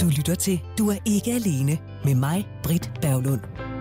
Du lytter til Du er ikke alene med mig, Britt Berglund.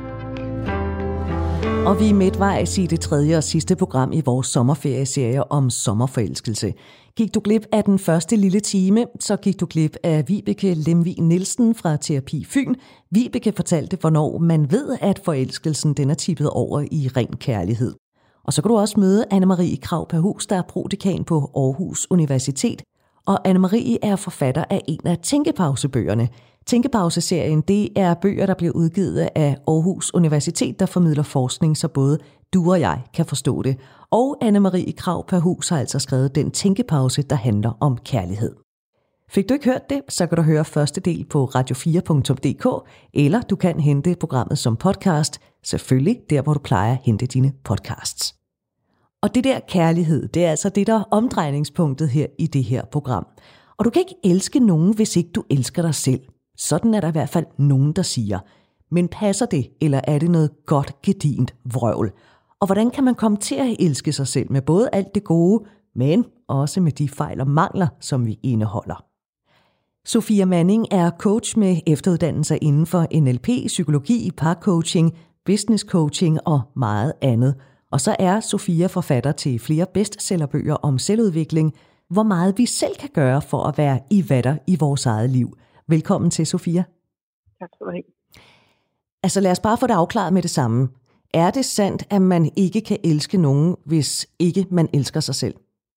Og vi er midtvejs i det tredje og sidste program i vores sommerferieserie om sommerforelskelse. Gik du glip af den første lille time, så gik du glip af Vibeke Lemvig Nielsen fra Terapi Fyn. Vibeke fortalte, hvornår man ved, at forelskelsen den er tippet over i ren kærlighed. Og så kan du også møde Anne-Marie Krag-Perhus, der er prodekan på Aarhus Universitet. Og Anne-Marie er forfatter af en af tænkepausebøgerne. Tænkepauseserien, det er bøger, der bliver udgivet af Aarhus Universitet, der formidler forskning, så både du og jeg kan forstå det. Og Anne-Marie Krag-Perhus har altså skrevet den tænkepause, der handler om kærlighed. Fik du ikke hørt det, så kan du høre første del på radio4.dk, eller du kan hente programmet som podcast, selvfølgelig der, hvor du plejer at hente dine podcasts. Og det der kærlighed, det er altså det, der er omdrejningspunktet her i det her program. Og du kan ikke elske nogen, hvis ikke du elsker dig selv. Sådan er der i hvert fald nogen, der siger. Men passer det, eller er det noget godt gedint vrøvl? Og hvordan kan man komme til at elske sig selv med både alt det gode, men også med de fejl og mangler, som vi indeholder? Sofia Manning er coach med efteruddannelse inden for NLP, psykologi, parcoaching, business coaching og meget andet. Og så er Sofia forfatter til flere bestsellerbøger om selvudvikling, hvor meget vi selv kan gøre for at være i vatter i vores eget liv. Velkommen til, Sofia. Tak skal du have. Altså lad os bare få det afklaret med det samme. Er det sandt, at man ikke kan elske nogen, hvis ikke man elsker sig selv?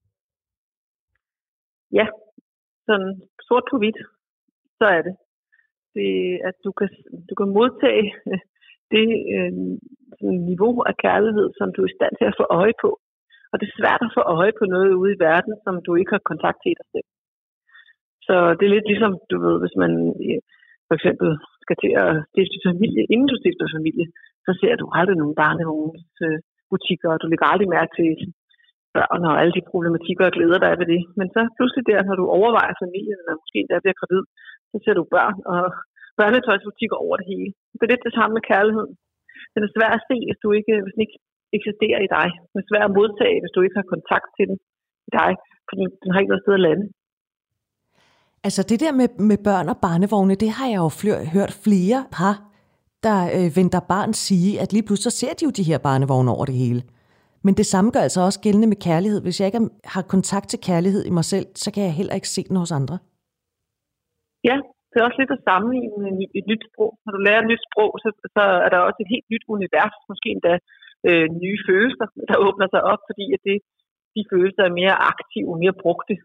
Ja, sådan sort på hvidt, så er det. Det at du kan modtage det niveau af kærlighed, som du er i stand til at få øje på. Og det er svært at få øje på noget ude i verden, som du ikke har kontakt til dig selv. Så det er lidt ligesom, du ved, hvis man for eksempel skal til at stifte familie. Inden du stifter familie, så ser du aldrig nogen barnevognsbutikker, og du lægger aldrig mærke til børn og alle de problematikker og glæder, der er ved det. Men så pludselig der, når du overvejer familien, eller måske endda bliver gravid, så ser du børn og børnetøjsbutikker over det hele. Det er lidt det samme med kærligheden. Den er svær at se, hvis den ikke eksisterer i dig. Den er svær at modtage, hvis du ikke har kontakt til den i dig, fordi den har ikke noget sted at lande. Altså det der med børn og barnevogne, det har jeg jo hørt flere par, der venter barn sige, at lige pludselig så ser de jo de her barnevogne over det hele. Men det samme gør altså også gældende med kærlighed. Hvis jeg ikke har kontakt til kærlighed i mig selv, så kan jeg heller ikke se den hos andre. Ja, det er også lidt at sammenligne med et nyt sprog. Når du lærer et nyt sprog, så er der også et helt nyt univers, måske endda nye følelser, der åbner sig op, fordi at de følelser er mere aktive og mere brugte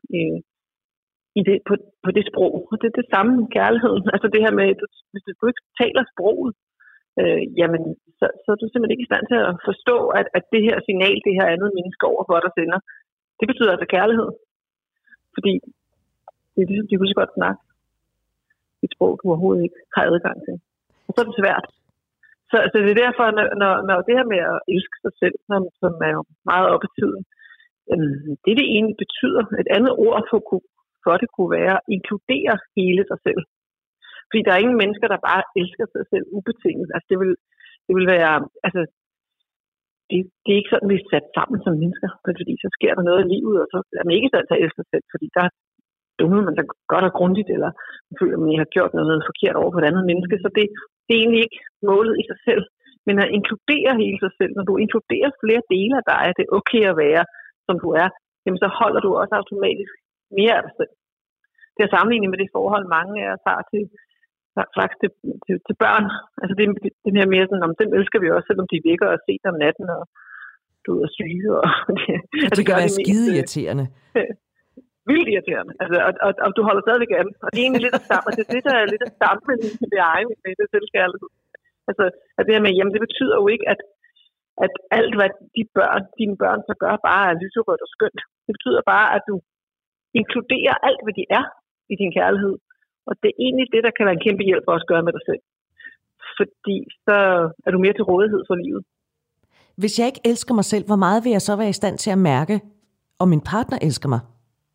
på det sprog. Og det er det samme med kærligheden. Altså det her med, hvis du ikke taler sproget, jamen så er du simpelthen ikke i stand til at forstå, at det her signal, det her andet menneske overfor dig sender, det betyder altså kærlighed. Fordi det er ligesom, de kunne så godt snakke et sprog, du overhovedet ikke har adgang til. Og så er det svært. Så det er derfor, når det her med at elske sig selv, som er jo meget oppe i tiden, det egentlig betyder, et andet ord for det kunne være, at inkludere hele sig selv. Fordi der er ingen mennesker, der bare elsker sig selv ubetinget. Altså det vil være, altså det er ikke sådan, vi er sat sammen som mennesker, fordi så sker der noget i livet, og så er man ikke i stand til at elske sig selv, fordi der dummer man sig godt og grundigt, eller man føler, at man har gjort noget forkert over for et andet menneske. Så det er egentlig ikke målet i sig selv. Men at inkludere hele sig selv, når du inkluderer flere dele af dig, det er okay at være, som du er, jamen så holder du også automatisk mere af dig selv. Det er sammenlignet med det forhold, mange af os har til børn. Altså det her mere sådan, om dem elsker vi også, selvom de vækker os sent om natten, og du er syge. Og det kan være skide irriterende. Vildt irriterende. Altså, og du holder stadigvæk af dem. Og det er egentlig lidt af samme. Det er det, der er lidt af samme med det egen, med det selvskærlighed. Altså, at det her med, jamen det betyder jo ikke, at alt, hvad dine børn så gør, bare er lyserødt og skønt. Det betyder bare, at du inkluderer alt, hvad de er i din kærlighed. Og det er egentlig det, der kan være en kæmpe hjælp for os at gøre med dig selv. Fordi så er du mere til rådighed for livet. Hvis jeg ikke elsker mig selv, hvor meget vil jeg så være i stand til at mærke, om min partner elsker mig?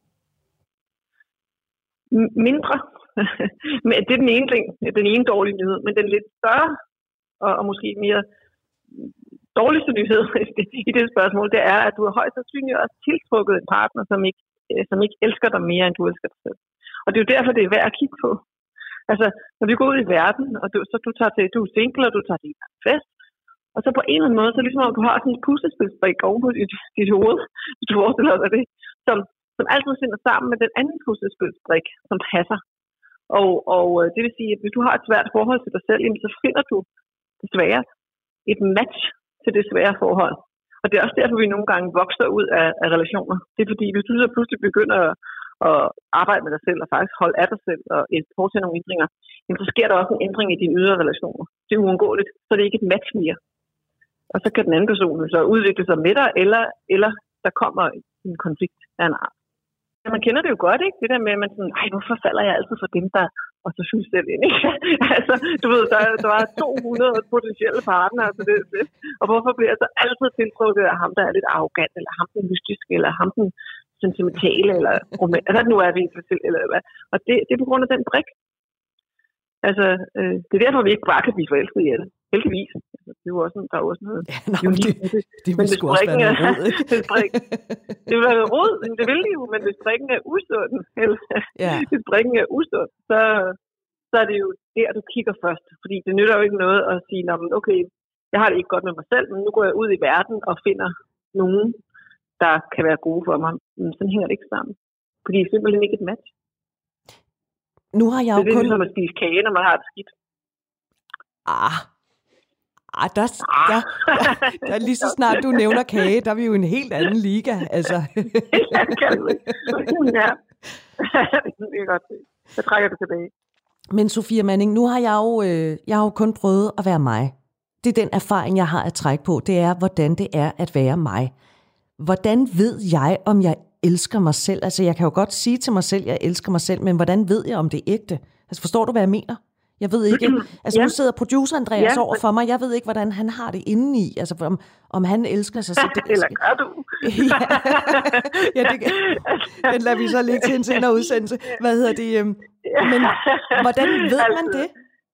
Mindre. Men det er den ene ting, den ene dårlige nyhed. Men den lidt større og måske mere dårligste nyhed i det spørgsmål, det er, at du er højst sandsynligt også tiltrukket en partner, som ikke elsker dig mere, end du elsker dig selv. Og det er jo derfor, det er værd at kigge på. Altså, når vi går ud i verden, og du er single, og du tager til en fest, og så på en eller anden måde, så ligesom om du har sådan en puslespilsbrik oven på dit hoved, hvis du forestiller dig det, som altid finder sammen med den anden puslespilsbrik, som passer. Og det vil sige, at hvis du har et svært forhold til dig selv, så finder du desværre et match til det svære forhold. Og det er også derfor, vi nogle gange vokser ud af relationer. Det er fordi, hvis du så pludselig begynder at arbejde med dig selv, og faktisk holde af dig selv, og foretage nogle ændringer, så sker der også en ændring i dine ydre relationer. Det er uundgåeligt, så det er ikke et match mere. Og så kan den anden person så udvikle sig med dig, eller der kommer en konflikt af en art. Ja, man kender det jo godt, ikke? Det der med, at man sådan, hvorfor falder jeg altid for dem, der og så synes det ikke? Altså, du ved, der var 200 potentielle partnere til det. Og hvorfor bliver jeg så altid tiltrukket af ham, der er lidt arrogant, eller ham, den mystiske, eller ham, den sentimentale, eller hvad nu er vi til, eller hvad. Og det er på grund af den brik. Altså, det er derfor, vi ikke bare kan blive forelsket i det. Heldigvis. Altså, det er jo også, der er også noget. Ja, det vil sgu også være noget rod, ikke? Det vil være rod, det vil det jo, men hvis brikken er usund, eller hvis brikken er usund, så er det jo der, du kigger først. Fordi det nytter jo ikke noget at sige, okay, jeg har det ikke godt med mig selv, men nu går jeg ud i verden og finder nogen, der kan være gode for mig. Men sådan hænger det ikke sammen. Fordi det er simpelthen ikke et match. Nu har jeg jo det er ligesom at spise kage, når man har det skidt. Der lige så snart du nævner kage, der er vi jo en helt anden liga. Altså. Ja, det kan du ikke. Ja. Det er godt. Så trækker det tilbage. Men Sofia Manning, nu har jeg jo kun prøvet at være mig. Det er den erfaring, jeg har at trække på. Det er, hvordan det er at være mig. Hvordan ved jeg, om jeg elsker mig selv? Altså, jeg kan jo godt sige til mig selv, at jeg elsker mig selv, men hvordan ved jeg, om det er ægte? Altså, forstår du, hvad jeg mener? Jeg ved ikke. Altså, nu sidder producer Andreas over for mig. Jeg ved ikke, hvordan han har det indeni. Altså, om han elsker sig selv. Eller gør du? Den lader vi så ligge til en senere udsendelse. Hvad hedder det? Men hvordan ved man det?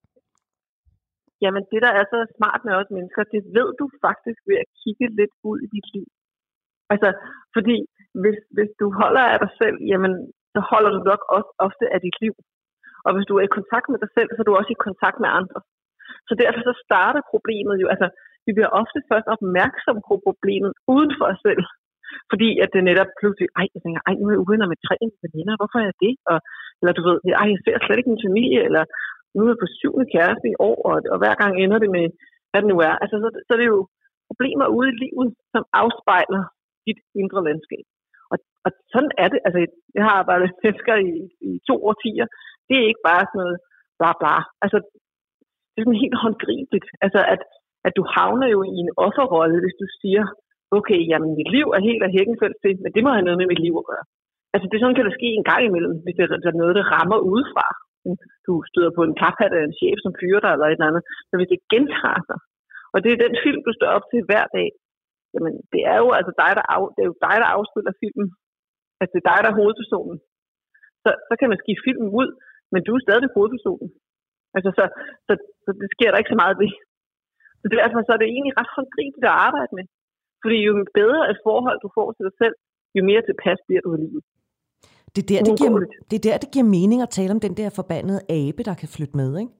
Jamen, det der er så smart med os mennesker, det ved du faktisk ved at kigge lidt ud i dit liv. Altså, fordi hvis du holder af dig selv, jamen, så holder du nok også ofte af dit liv. Og hvis du er i kontakt med dig selv, så er du også i kontakt med andre. Så derfor så starter problemet jo, altså vi bliver ofte først opmærksom på problemet uden for os selv. Fordi at det netop pludselig, jeg tænker, nu er jeg uvenner med 3 veninder, hvorfor er jeg det? Eller du ved, jeg ser slet ikke min familie, eller nu er jeg på 7. kæreste i år, og hver gang ender det med, hvad det nu er. Altså så er det jo problemer ude i livet, som afspejler dit indre landskab. Og sådan er det. Altså, jeg har arbejdet med mennesker i 2 årtier. Det er ikke bare sådan noget bla bla. Altså, det er sådan helt håndgribeligt. Altså, at du havner jo i en offerrolle, hvis du siger, okay, jamen mit liv er helt af hækkenfeldt til, men det må have noget med mit liv at gøre. Altså, det sådan kan der ske en gang imellem, hvis det er noget, der rammer udefra. Du støder på en klaphat af en chef, som fyrer dig, eller et eller andet. Så hvis det gentager sig, og det er den film, du står op til hver dag, jamen, det er jo altså dig, der afspiller filmen. Altså, det er dig, der er hovedpersonen. Så kan man skifte filmen ud, men du er stadig hovedpersonen. Altså, så det sker der ikke så meget ved. Så derfor så er det egentlig ret håndgribeligt at arbejde med. Fordi jo bedre et forhold, du får til dig selv, jo mere tilpas bliver du i livet. Det er der, det giver mening at tale om den der forbandede abe, der kan flytte med, ikke?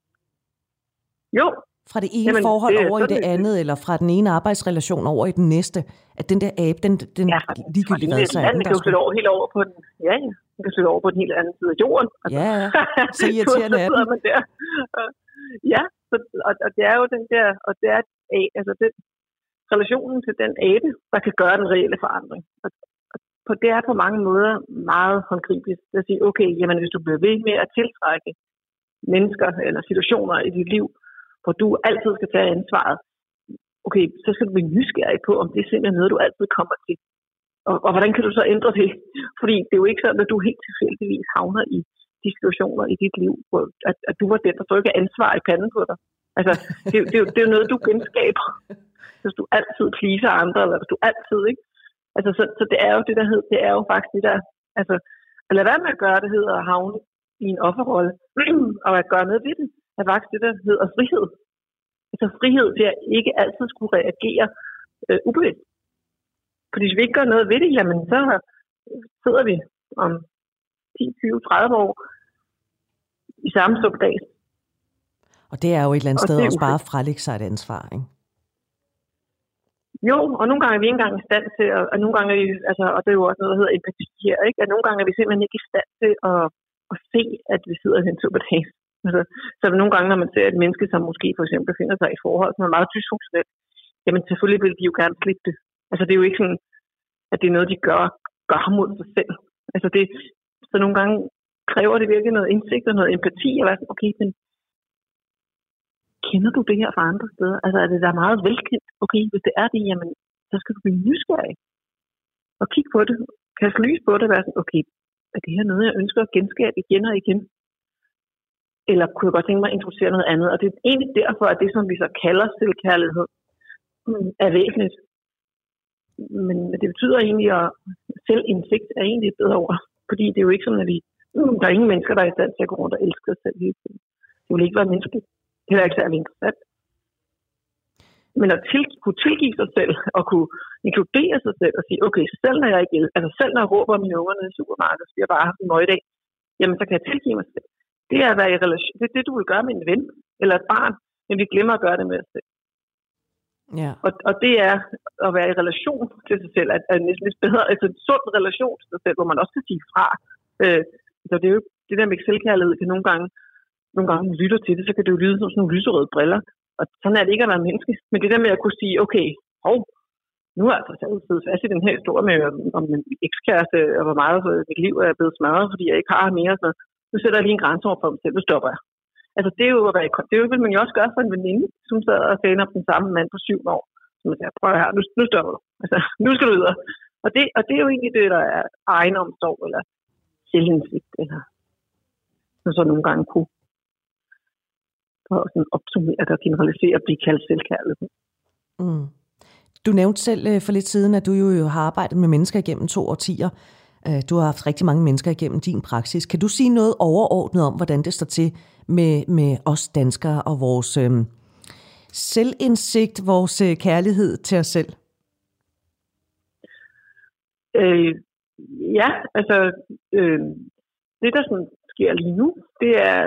Jo. Fra det ene forhold over i det andet, eller fra den ene arbejdsrelation over i den næste. At den der abe, den ligegyldigt hvad så er den, der kan flytte over helt over på den. Ja. Den kan flytte over på den helt anden side af jorden. Altså. Ja. Så irriterende er den. Man der. Ja, og det er jo den der, og det er altså den relationen til den abe, der kan gøre den reelle forandring. Og det er på mange måder meget håndgribeligt. Det at sige, okay, jamen hvis du bliver ved med at tiltrække mennesker eller situationer i dit liv, hvor du altid skal tage ansvaret, okay, så skal du blive nysgerrig på, om det er simpelthen noget, du altid kommer til. Og hvordan kan du så ændre det? Fordi det er jo ikke sådan, at du helt tilfældigvis havner i de situationer i dit liv, hvor at du var den, der trykker ansvar i panden på dig. Altså, det er jo noget, du genskaber. Hvis du altid pleaser andre, eller hvis du altid, ikke? Altså, så det er jo det, der hedder, det er jo faktisk det der, altså, at lade være med at gøre det, hedder at havne i en offerrolle, og at gøre noget ved det, er faktisk det, der hedder frihed. Altså frihed til at ikke altid skulle reagere ubevidst. Fordi hvis vi ikke gør noget ved det, jamen så sidder vi om 10, 20, 30 år i samme suppedas. Og det er jo et eller andet sted også bare at frelægge sig et ansvar, ikke? Jo, og nogle gange er vi ikke engang i stand til, og nogle gange er vi, altså, og det er jo også noget, der hedder empati her, ikke? At nogle gange er vi simpelthen ikke i stand til at se, at vi sidder i en suppedas. Altså, så nogle gange, når man ser et menneske, som måske for eksempel befinder sig i forhold, som er meget dysfunktionelt, jamen selvfølgelig vil de jo gerne slippe det. Altså det er jo ikke sådan, at det er noget, de gør mod sig selv. Altså det, så nogle gange kræver det virkelig noget indsigt og noget empati, og være sådan, okay, men kender du det her fra andre steder? Altså er det der meget velkendt? Okay, hvis det er det, jamen så skal du blive nysgerrig og kigge på det, kaste lys på det og være sådan, okay, er det her noget, jeg ønsker at genskabe igen og igen? Eller kunne jeg godt tænke mig at introducere noget andet? Og det er egentlig derfor, at det, som vi så kalder selvkærlighed, er væsentligt. Men det betyder egentlig, at selvindsigt er egentlig et bedre ord. Fordi det er jo ikke sådan, at der er ingen mennesker, der er i stand til at gå rundt og elske sig selv hele tiden. Det vil ikke være menneskeligt. Det er ikke særlig interessant. Men at kunne tilgive sig selv, og kunne inkludere sig selv, og sige, okay, så selv når jeg ikke altså selv når jeg råber mine unger nede i supermarkedet, så jeg bare haft en møgdag, jamen så kan jeg tilgive mig selv. Det er at være i relation. Det er det, du vil gøre med en ven eller et barn, men vi glemmer at gøre det med os selv. Ja. Og det er at være i relation til sig selv, at næsten lidt bedre, altså en sund relation til sig selv, hvor man også kan sige fra. Så det er jo det der med selvkærlighed, kan nogle gange lytter til det, så kan det jo lyde som sådan nogle lyserøde briller. Og sådan er det ikke at være menneske. Men det der med at kunne sige, okay, nu er jeg altså siddet fast i den her historie med om en ekskæreste, og hvor meget mit liv er blevet smadret, fordi jeg ikke har mere. Så nu sætter jeg lige en grænse over for mig selv, nu stopper jeg. Altså det er jo, hvad man jo også gør for en veninde, som sad og faner op den samme mand på 7 år. Som siger, prøv her, nu stopper du. Altså, nu skal du videre. Og det er jo egentlig det, der er egenomsorg, eller selvindsigt, eller så nogle gange kunne sådan opsummere og generalisere og blive kaldt selvkærlighed. Mm. Du nævnte selv for lidt siden, at du jo har arbejdet med mennesker igennem 2 årtier. Du har haft rigtig mange mennesker igennem din praksis. Kan du sige noget overordnet om, hvordan det står til med os danskere og vores selvindsigt, vores kærlighed til os selv? Ja, altså det der sådan sker lige nu, det er,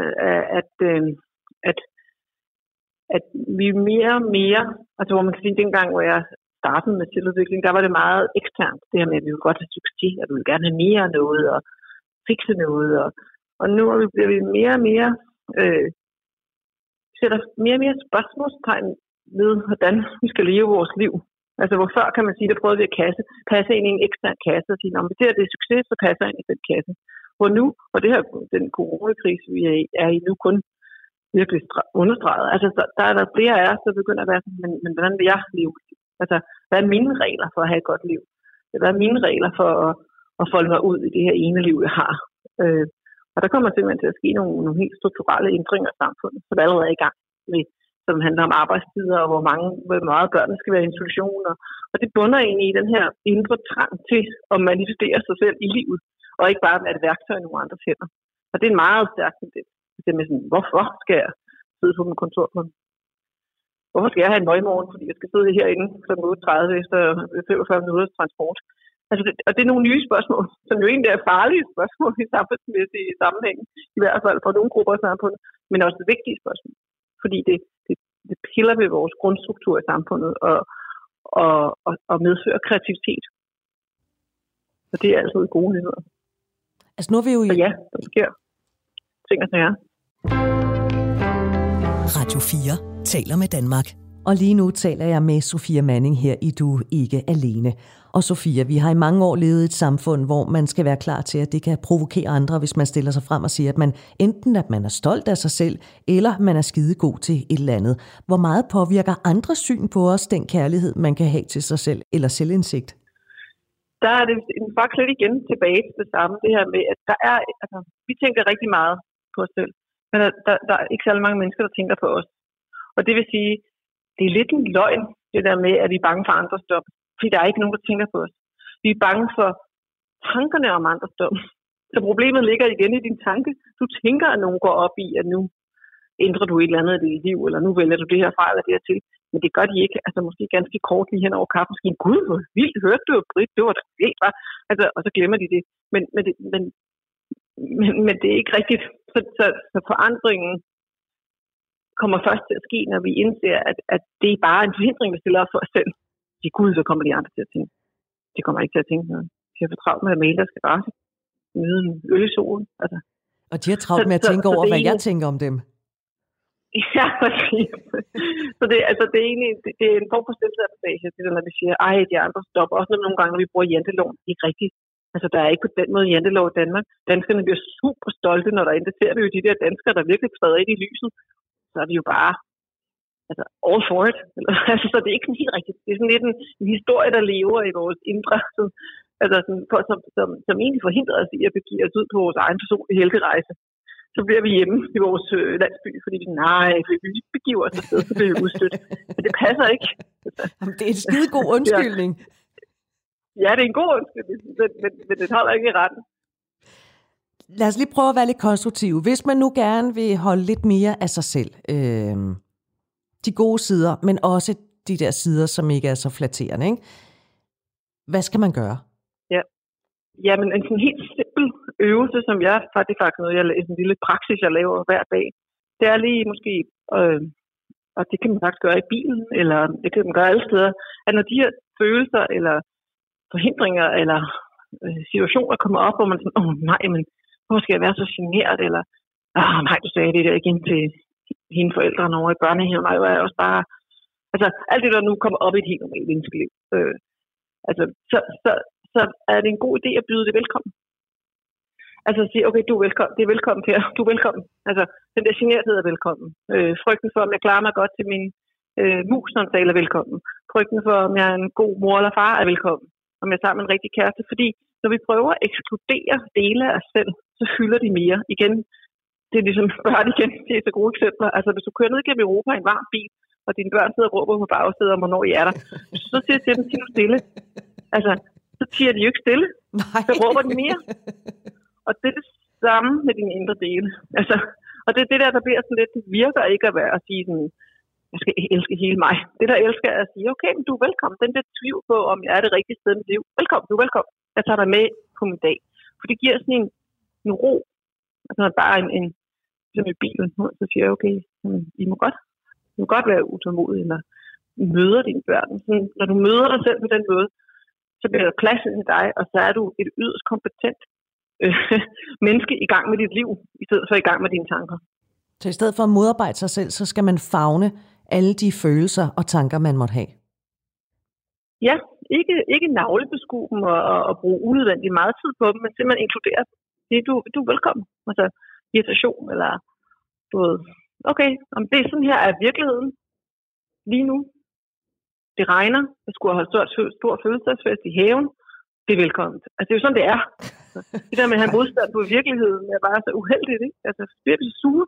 at vi mere og mere, altså hvor man kan sige, dengang, hvor jeg startede med selvudvikling, der var det meget eksternt, det her med, at vi ville godt have succes, og vi ville gerne have mere af noget, og fikse noget, og nu bliver vi mere og mere, sætter mere og mere spørgsmålstegn ved, hvordan vi skal leve vores liv. Altså hvor før kan man sige, der prøvede vi at passe ind i en ekstern kasse, og sige, hvis det her det er succes, så passer ind i den kasse. Hvor nu, og det her, den coronakrise, vi er i nu, kun virkelig understreget. Altså der er der flere af os, der begynder at være sådan, men hvordan vil jeg leve? Altså, hvad er mine regler for at have et godt liv? Hvad er mine regler for at folde mig ud i det her ene liv, jeg har? Og der kommer simpelthen til at ske nogle helt strukturelle ændringer i samfundet, som allerede er i gang med, som handler om arbejdstider, og hvor meget børn skal være i institutioner. Og det bunder egentlig i den her indre trang til at manifestere sig selv i livet, og ikke bare være et værktøj i nogle andres hænder. Og det er en meget stærk tendens. Det er med sådan, hvorfor skal jeg sidde på min kontor? Hvorfor skal jeg have en møgmorgen, fordi jeg skal sidde herinde kl. 8:30 efter 45 minutters transport? Altså og det er nogle nye spørgsmål, som jo egentlig er farlige spørgsmål i samfundsmæssige sammenhæng, i hvert fald for nogle grupper i samfundet, men også det vigtige spørgsmål. Fordi det piller ved vores grundstruktur i samfundet og medfører kreativitet. Så det er altid gode nyheder. Altså nu er vi jo så ja, der sker ting og sager. Radio 4 taler med Danmark. Og lige nu taler jeg med Sofia Manning her i Du Ikke Alene. Og Sofia, vi har i mange år levet i et samfund, hvor man skal være klar til, at det kan provokere andre, hvis man stiller sig frem og siger, at man enten at man er stolt af sig selv, eller man er skidegod til et eller andet. Hvor meget påvirker andres syn på os den kærlighed, man kan have til sig selv, eller selvindsigt? Der er det faktisk lidt igen tilbage til det samme, det her med, at der er, altså, vi tænker rigtig meget på os selv, men der er ikke særlig mange mennesker, der tænker på os. Og det vil sige, det er lidt en løgn, det der med, at vi er bange for andres dom. Fordi der er ikke nogen, der tænker på os. Vi er bange for tankerne om andres dom. Så problemet ligger igen i din tanke. Du tænker, at nogen går op i, at nu ændrer du et eller andet i dit liv, eller nu vælger du det her fra eller det her til. Men det gør de ikke. Altså måske ganske kort lige hen over kaffemaskinen. Gud, hvor vildt, hørte du, Britt? Det var da vildt, hva'? Altså, og så glemmer de det. Men det er ikke rigtigt. Så forandringen kommer først til at ske, når vi indser, at det er bare en forhindring, vi stiller op for os selv. De gud, så kommer de andre til at tænke. De kommer ikke til at tænke noget. De har for travlt med at male deres garage. Nyde en øl i solen. Altså. Og de har travlt med at tænke over, hvad jeg tænker om dem. Ja, præcis. Så det er egentlig det er en form for selvsabotage, det der, når vi siger, de andre stopper. Også nogle gange, når vi bruger janteloven. Ikke rigtigt. Altså, der er ikke på den måde jantelov i Danmark. Danskerne bliver super stolte, når der ser vi jo de der danskere, der virkelig træder ind i lyset. Så er vi jo bare all for it. Altså, så det er ikke helt rigtigt. Det er sådan lidt en historie, der lever i vores indre, som egentlig forhindrer os i at begive os ud på vores egen personlige helgerejse. Så bliver vi hjemme i vores landsby, fordi vi begiver os afsted, så bliver vi udstødt. Men det passer ikke. Det er en skide god undskyldning. Ja, det er en god undskyldning, men det holder ikke i retten. Lad os lige prøve at være lidt konstruktive. Hvis man nu gerne vil holde lidt mere af sig selv, de gode sider, men også de der sider, som ikke er så flatterende, ikke? Hvad skal man gøre? Ja, men en sådan helt simpel øvelse, som jeg faktisk en lille praksis, jeg laver hver dag, det er lige måske, og det kan man faktisk gøre i bilen, eller det kan man gøre alle steder, at når de her følelser, eller forhindringer, eller situationer kommer op, hvor man sådan, nej, men hvorfor skal jeg være så generet, eller nej, du sagde det der igen til hende forældrene over i børnehaven, og jeg er også bare, altså alt det, der nu kommer op i et helt normalt menneskeliv. Så er det en god idé at byde det velkommen. Altså at sige, okay, du er velkommen, det er velkommen her, du er velkommen. Altså, den der generthed er velkommen. Frygten for, om jeg klarer mig godt til min mus-samtale er velkommen. Frygten for, om jeg er en god mor eller far er velkommen. Om jeg er sammen med en rigtig kæreste. Fordi når vi prøver at ekskludere dele af os selv, så fylder de mere. Igen, det er ligesom børn igen, det er så gode eksempler. Altså, hvis du kører ned gennem Europa i en varm bil, og dine børn sidder og råber på bagsædet om, hvornår I er der, så siger jeg til dem, sig nu stille. Altså, så tiger de jo ikke stille. Nej. Så råber de mere. Og det er det samme med dine indre dele. Altså, og det er det der bliver sådan lidt, det virker ikke at være at sige sådan, jeg skal elske hele mig. Det der elsker er at sige, okay, men du er velkommen. Den der tvivl på, om jeg er det rigtige sted i mit liv. Velkommen, du er velkommen. Jeg tager dig med på min dag. For det giver sådan en ro. Altså bare som i bilen, så siger jeg, okay, I må godt være utålmodige, eller møder dine børn. Sådan, når du møder dig selv på den måde, så bliver der plads i dig, og så er du et yderst kompetent menneske i gang med dit liv, i stedet for i gang med dine tanker. Så i stedet for at modarbejde sig selv, så skal man favne alle de følelser og tanker, man måtte have? Ja, ikke navlebeskue dem og bruge unødvendigt meget tid på dem, men simpelthen inkludere dem. Du er velkommen. Altså irritation, eller du ved, okay, om det er sådan her er virkeligheden lige nu. Det regner, jeg skulle have holdt stor fødselsdagsfest i haven. Det er velkommen. Altså det er jo sådan, det er. Det der med at have modstand på virkeligheden er bare så uheldigt, ikke? Altså det er så sure.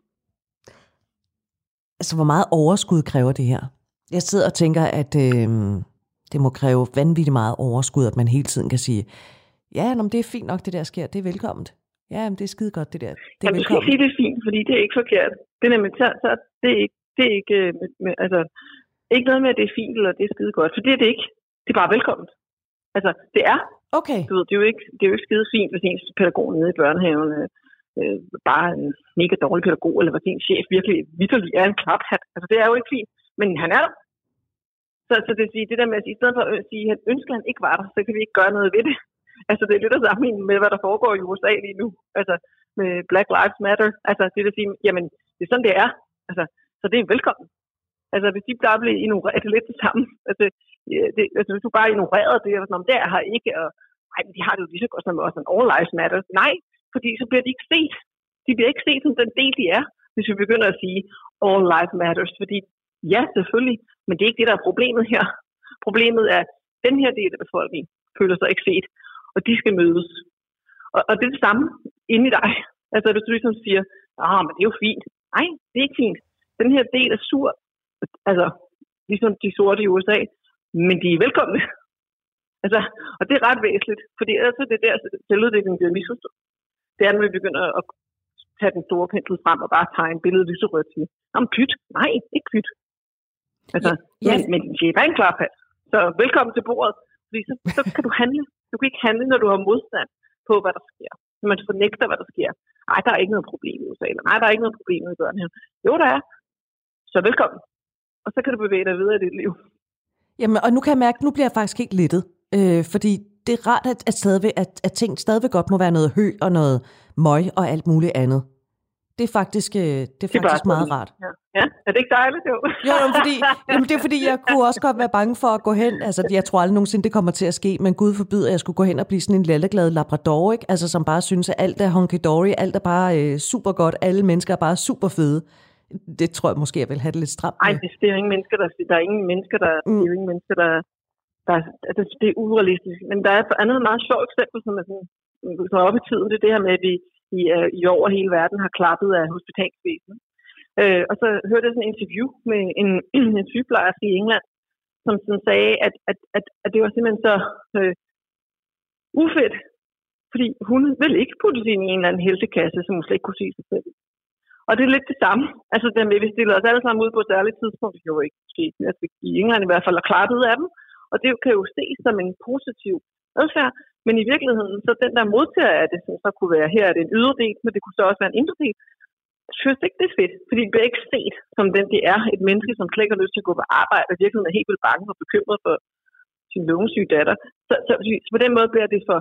Altså hvor meget overskud kræver det her? Jeg sidder og tænker, at det må kræve vanvittigt meget overskud, at man hele tiden kan sige, ja, det er fint nok, det der sker, det er velkomment. Ja, men det er skide godt, det der. Det er velkommen. Du skal ikke sige, det er fint, fordi det er ikke forkert. Det er nemlig så det er ikke altså ikke noget med, at det er fint, eller det er skide godt, for det er det ikke. Det er bare velkommen. Altså, det er. Okay. Du ved, det er jo ikke skide fint, hvis ens pædagog nede i børnehaven bare en mega dårlig pædagog, eller hvis ens chef virkelig vitterlig er en klaphat. Altså, det er jo ikke fint, men han er der. Så det vil sige, det der med at sige, i stedet for at sige, at han ønsker, at han ikke var der, så kan vi ikke gøre noget ved det. Altså, det er lidt at sammenligne med, hvad der foregår i USA lige nu. Altså, med Black Lives Matter. Altså, det vil sige, jamen, det er sådan, det er. Altså, så det er velkommen. Altså, hvis de bare bliver ignoreret, det er lidt det samme. Altså, hvis du bare ignorerer det, og sådan, om det er her ikke, og nej, de har det jo lige så godt som også en all lives matter. Nej, fordi så bliver de ikke set. De bliver ikke set som den del, de er, hvis vi begynder at sige all lives matters. Fordi, ja, selvfølgelig, men det er ikke det, der er problemet her. Problemet er, at den her del af befolkningen føler sig ikke set, og de skal mødes. Og det er det samme inde i dig. Altså, hvis du ligesom siger, men det er jo fint. Nej, det er ikke fint. Den her del er sur. Altså, ligesom de sorte i USA, men de er velkomne. Altså, og det er ret væsentligt, fordi ellers er det der selvudviklingen bliver misforstået. Det er, når vi begynder at tage den store pensel frem og bare tegne billedet lyserødt til. Pyt. Nej, ikke pyt. Altså, men det er en klar pat. Så velkommen til bordet, fordi så kan du handle. Du kan ikke handle, når du har modstand på, hvad der sker. når man fornægter, hvad der sker. Nej, der er ikke noget problem i USA. Nej, der er ikke noget problem i børnene. Jo, der er. Så velkommen. Og så kan du bevæge dig videre i dit liv. Jamen, og nu kan jeg mærke, at nu bliver jeg faktisk helt lettet. Fordi det er rart, at ting stadigvæk godt må være noget hø og noget møg og alt muligt andet. Det er faktisk meget rart. Ja, er det ikke dejligt, jo? Jo, det er fordi, jeg kunne også godt være bange for at gå hen. Altså, jeg tror aldrig nogensinde, det kommer til at ske, men Gud forbyder, at jeg skulle gå hen og blive sådan en lalleglad labrador, ikke? Altså, som bare synes, at alt er hunky-dory, alt er bare super godt, alle mennesker er bare super fede. Det tror jeg måske, jeg vil have det lidt stramt. Nej, det er jo ingen mennesker, der er ingen mennesker, der det er urealistisk. Men der er et andet meget sjovt eksempel, som er sådan, så op i tiden, det er det her med, at vi i over hele verden har klappet af hospitalsvæsenet. Og så hørte jeg sådan en interview med en sygeplejerske i England, som sagde, at det var simpelthen så ufedt, fordi hun ville ikke puttes ind i en eller anden heltekasse, som hun slet ikke kunne sige sig selv. Og det er lidt det samme. Altså, vi stiller os alle sammen ud på et særligt tidspunkt, det jo ikke sket, altså i England i hvert fald, og klappet af dem. Og det kan jo ses som en positiv adfærd, men i virkeligheden, så den der modtager af det, som så kunne være, her er det en ydre del, men det kunne så også være en indre del, jeg synes ikke, det er fedt, fordi det bliver ikke set som den, det er. Et menneske, som slet ikke har lyst til at gå på arbejde, og virkelig er helt vildt bange og bekymret for sin lungesyge datter. Så på den måde bliver det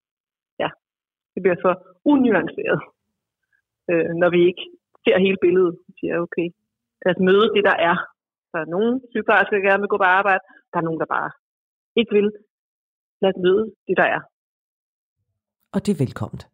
for unuanceret, når vi ikke ser hele billedet og siger, okay, lad os møde det, der er. Der er nogle sygeplejersker, der gerne vil gå på arbejde, der er nogen, der bare ikke vil. Lad os møde det, der er. Og det er velkomment.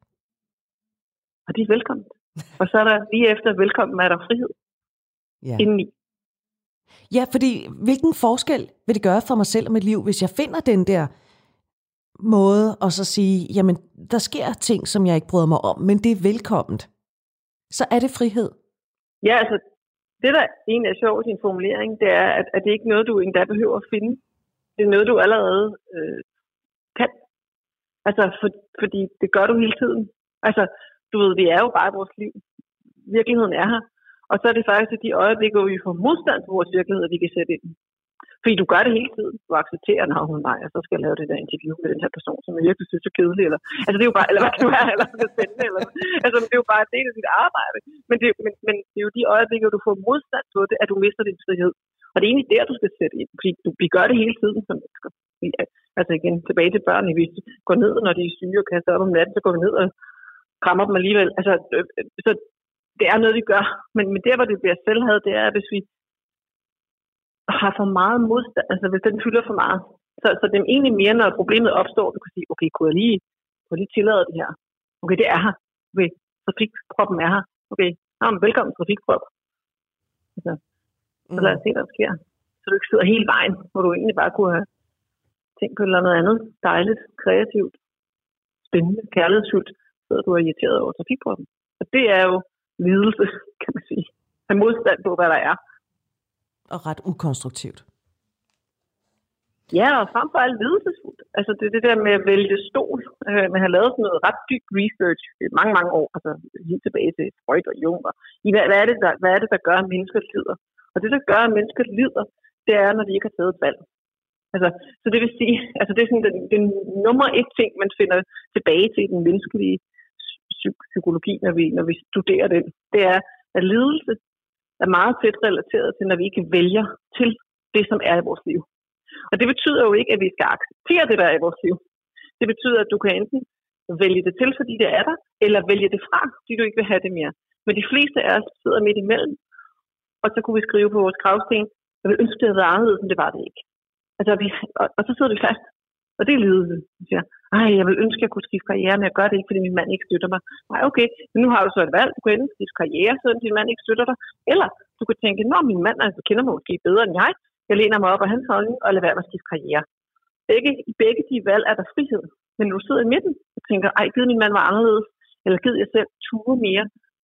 Og det er velkomment. Og så er der lige efter velkommen, er der frihed. Ja. Indeni. Ja, fordi hvilken forskel vil det gøre for mig selv og mit liv, hvis jeg finder den der måde og så sige, jamen, der sker ting, som jeg ikke bryder mig om, men det er velkomment. Så er det frihed. Ja, altså, det der egentlig er sjovt i din formulering, det er, at det ikke er noget, du endda behøver at finde. Det er noget, du allerede kan. Altså, fordi det gør du hele tiden. Altså, du ved, det er jo bare vores liv. Virkeligheden er her. Og så er det faktisk de øjeblikke, hvor vi får modstand på vores virkelighed, at vi kan sætte ind. Fordi du gør det hele tiden. Du accepterer, og så skal jeg lave det der interview med den her person, som jeg virkelig synes er kedelig. Altså, det er jo bare, eller hvad kan det være, eller det er spændende. Altså, det er jo bare en del af dit arbejde. Men det er jo de øjeblikke, hvor du får modstand på det, at du mister din frihed. Og det er egentlig der, du skal sætte ind. Fordi vi gør det hele tiden som mennesker. Altså igen, tilbage til børnene. Vi går ned, når de er syge og kaster op om natten, så går vi ned og krammer dem alligevel. Altså, så det er noget, vi gør. Men der, hvor det bliver selvhad, det er, hvis vi har for meget modstand, altså hvis den fylder for meget. Så det er egentlig mere, når problemet opstår, du kan sige, okay, kunne jeg lige tillade det her? Okay, det er her. Okay, trafikproppen er her. Okay, velkommen trafikprop. Altså, så lad os se, hvad der sker. Så du ikke sidder hele vejen, hvor du egentlig bare kunne have tænkt på noget andet dejligt, kreativt, spændende, kærlighedsfuldt, så du er irriteret over trafikproppen. Og det er jo lidelse, kan man sige. Have modstand på, hvad der er. Og ret ukonstruktivt. Ja, og frem for alt lidelsesfuldt. Altså det der med at vælge stol. Man har lavet sådan noget ret dybt research i mange, mange år. Altså helt tilbage til Freud og Jung. Hvad er det, der gør, at mennesker lider? Og det, der gør, at mennesker lider, det er, når de ikke har taget et valg. Altså, så det vil sige, altså det er sådan den nummer et ting, man finder tilbage til i den menneskelige psykologi, når vi studerer den. Det er, at lidelse er meget tæt relateret til, når vi ikke vælger til det, som er i vores liv. Og det betyder jo ikke, at vi skal acceptere det, der er i vores liv. Det betyder, at du kan enten vælge det til, fordi det er der, eller vælge det fra, fordi du ikke vil have det mere. Men de fleste af os sidder midt imellem, og så kunne vi skrive på vores gravsten, at vi ønsker, det havde været anderledes, men det var det ikke. Altså, og så sidder vi fast. Og det er lidelse. Jeg vil ønske, at jeg kunne skifte karriere, men jeg gør det ikke, fordi min mand ikke støtter mig. Nej, okay, men nu har du så et valg. Du kan enten skifte karriere, så din mand ikke støtter dig. Eller du kan tænke, min mand kender mig måske bedre end jeg. Jeg læner mig op af hans holdning og lader være med at skifte karriere. I begge de valg er der frihed. Men når du sidder i midten og tænker, gid min mand var anderledes, eller gid jeg selv ture mere,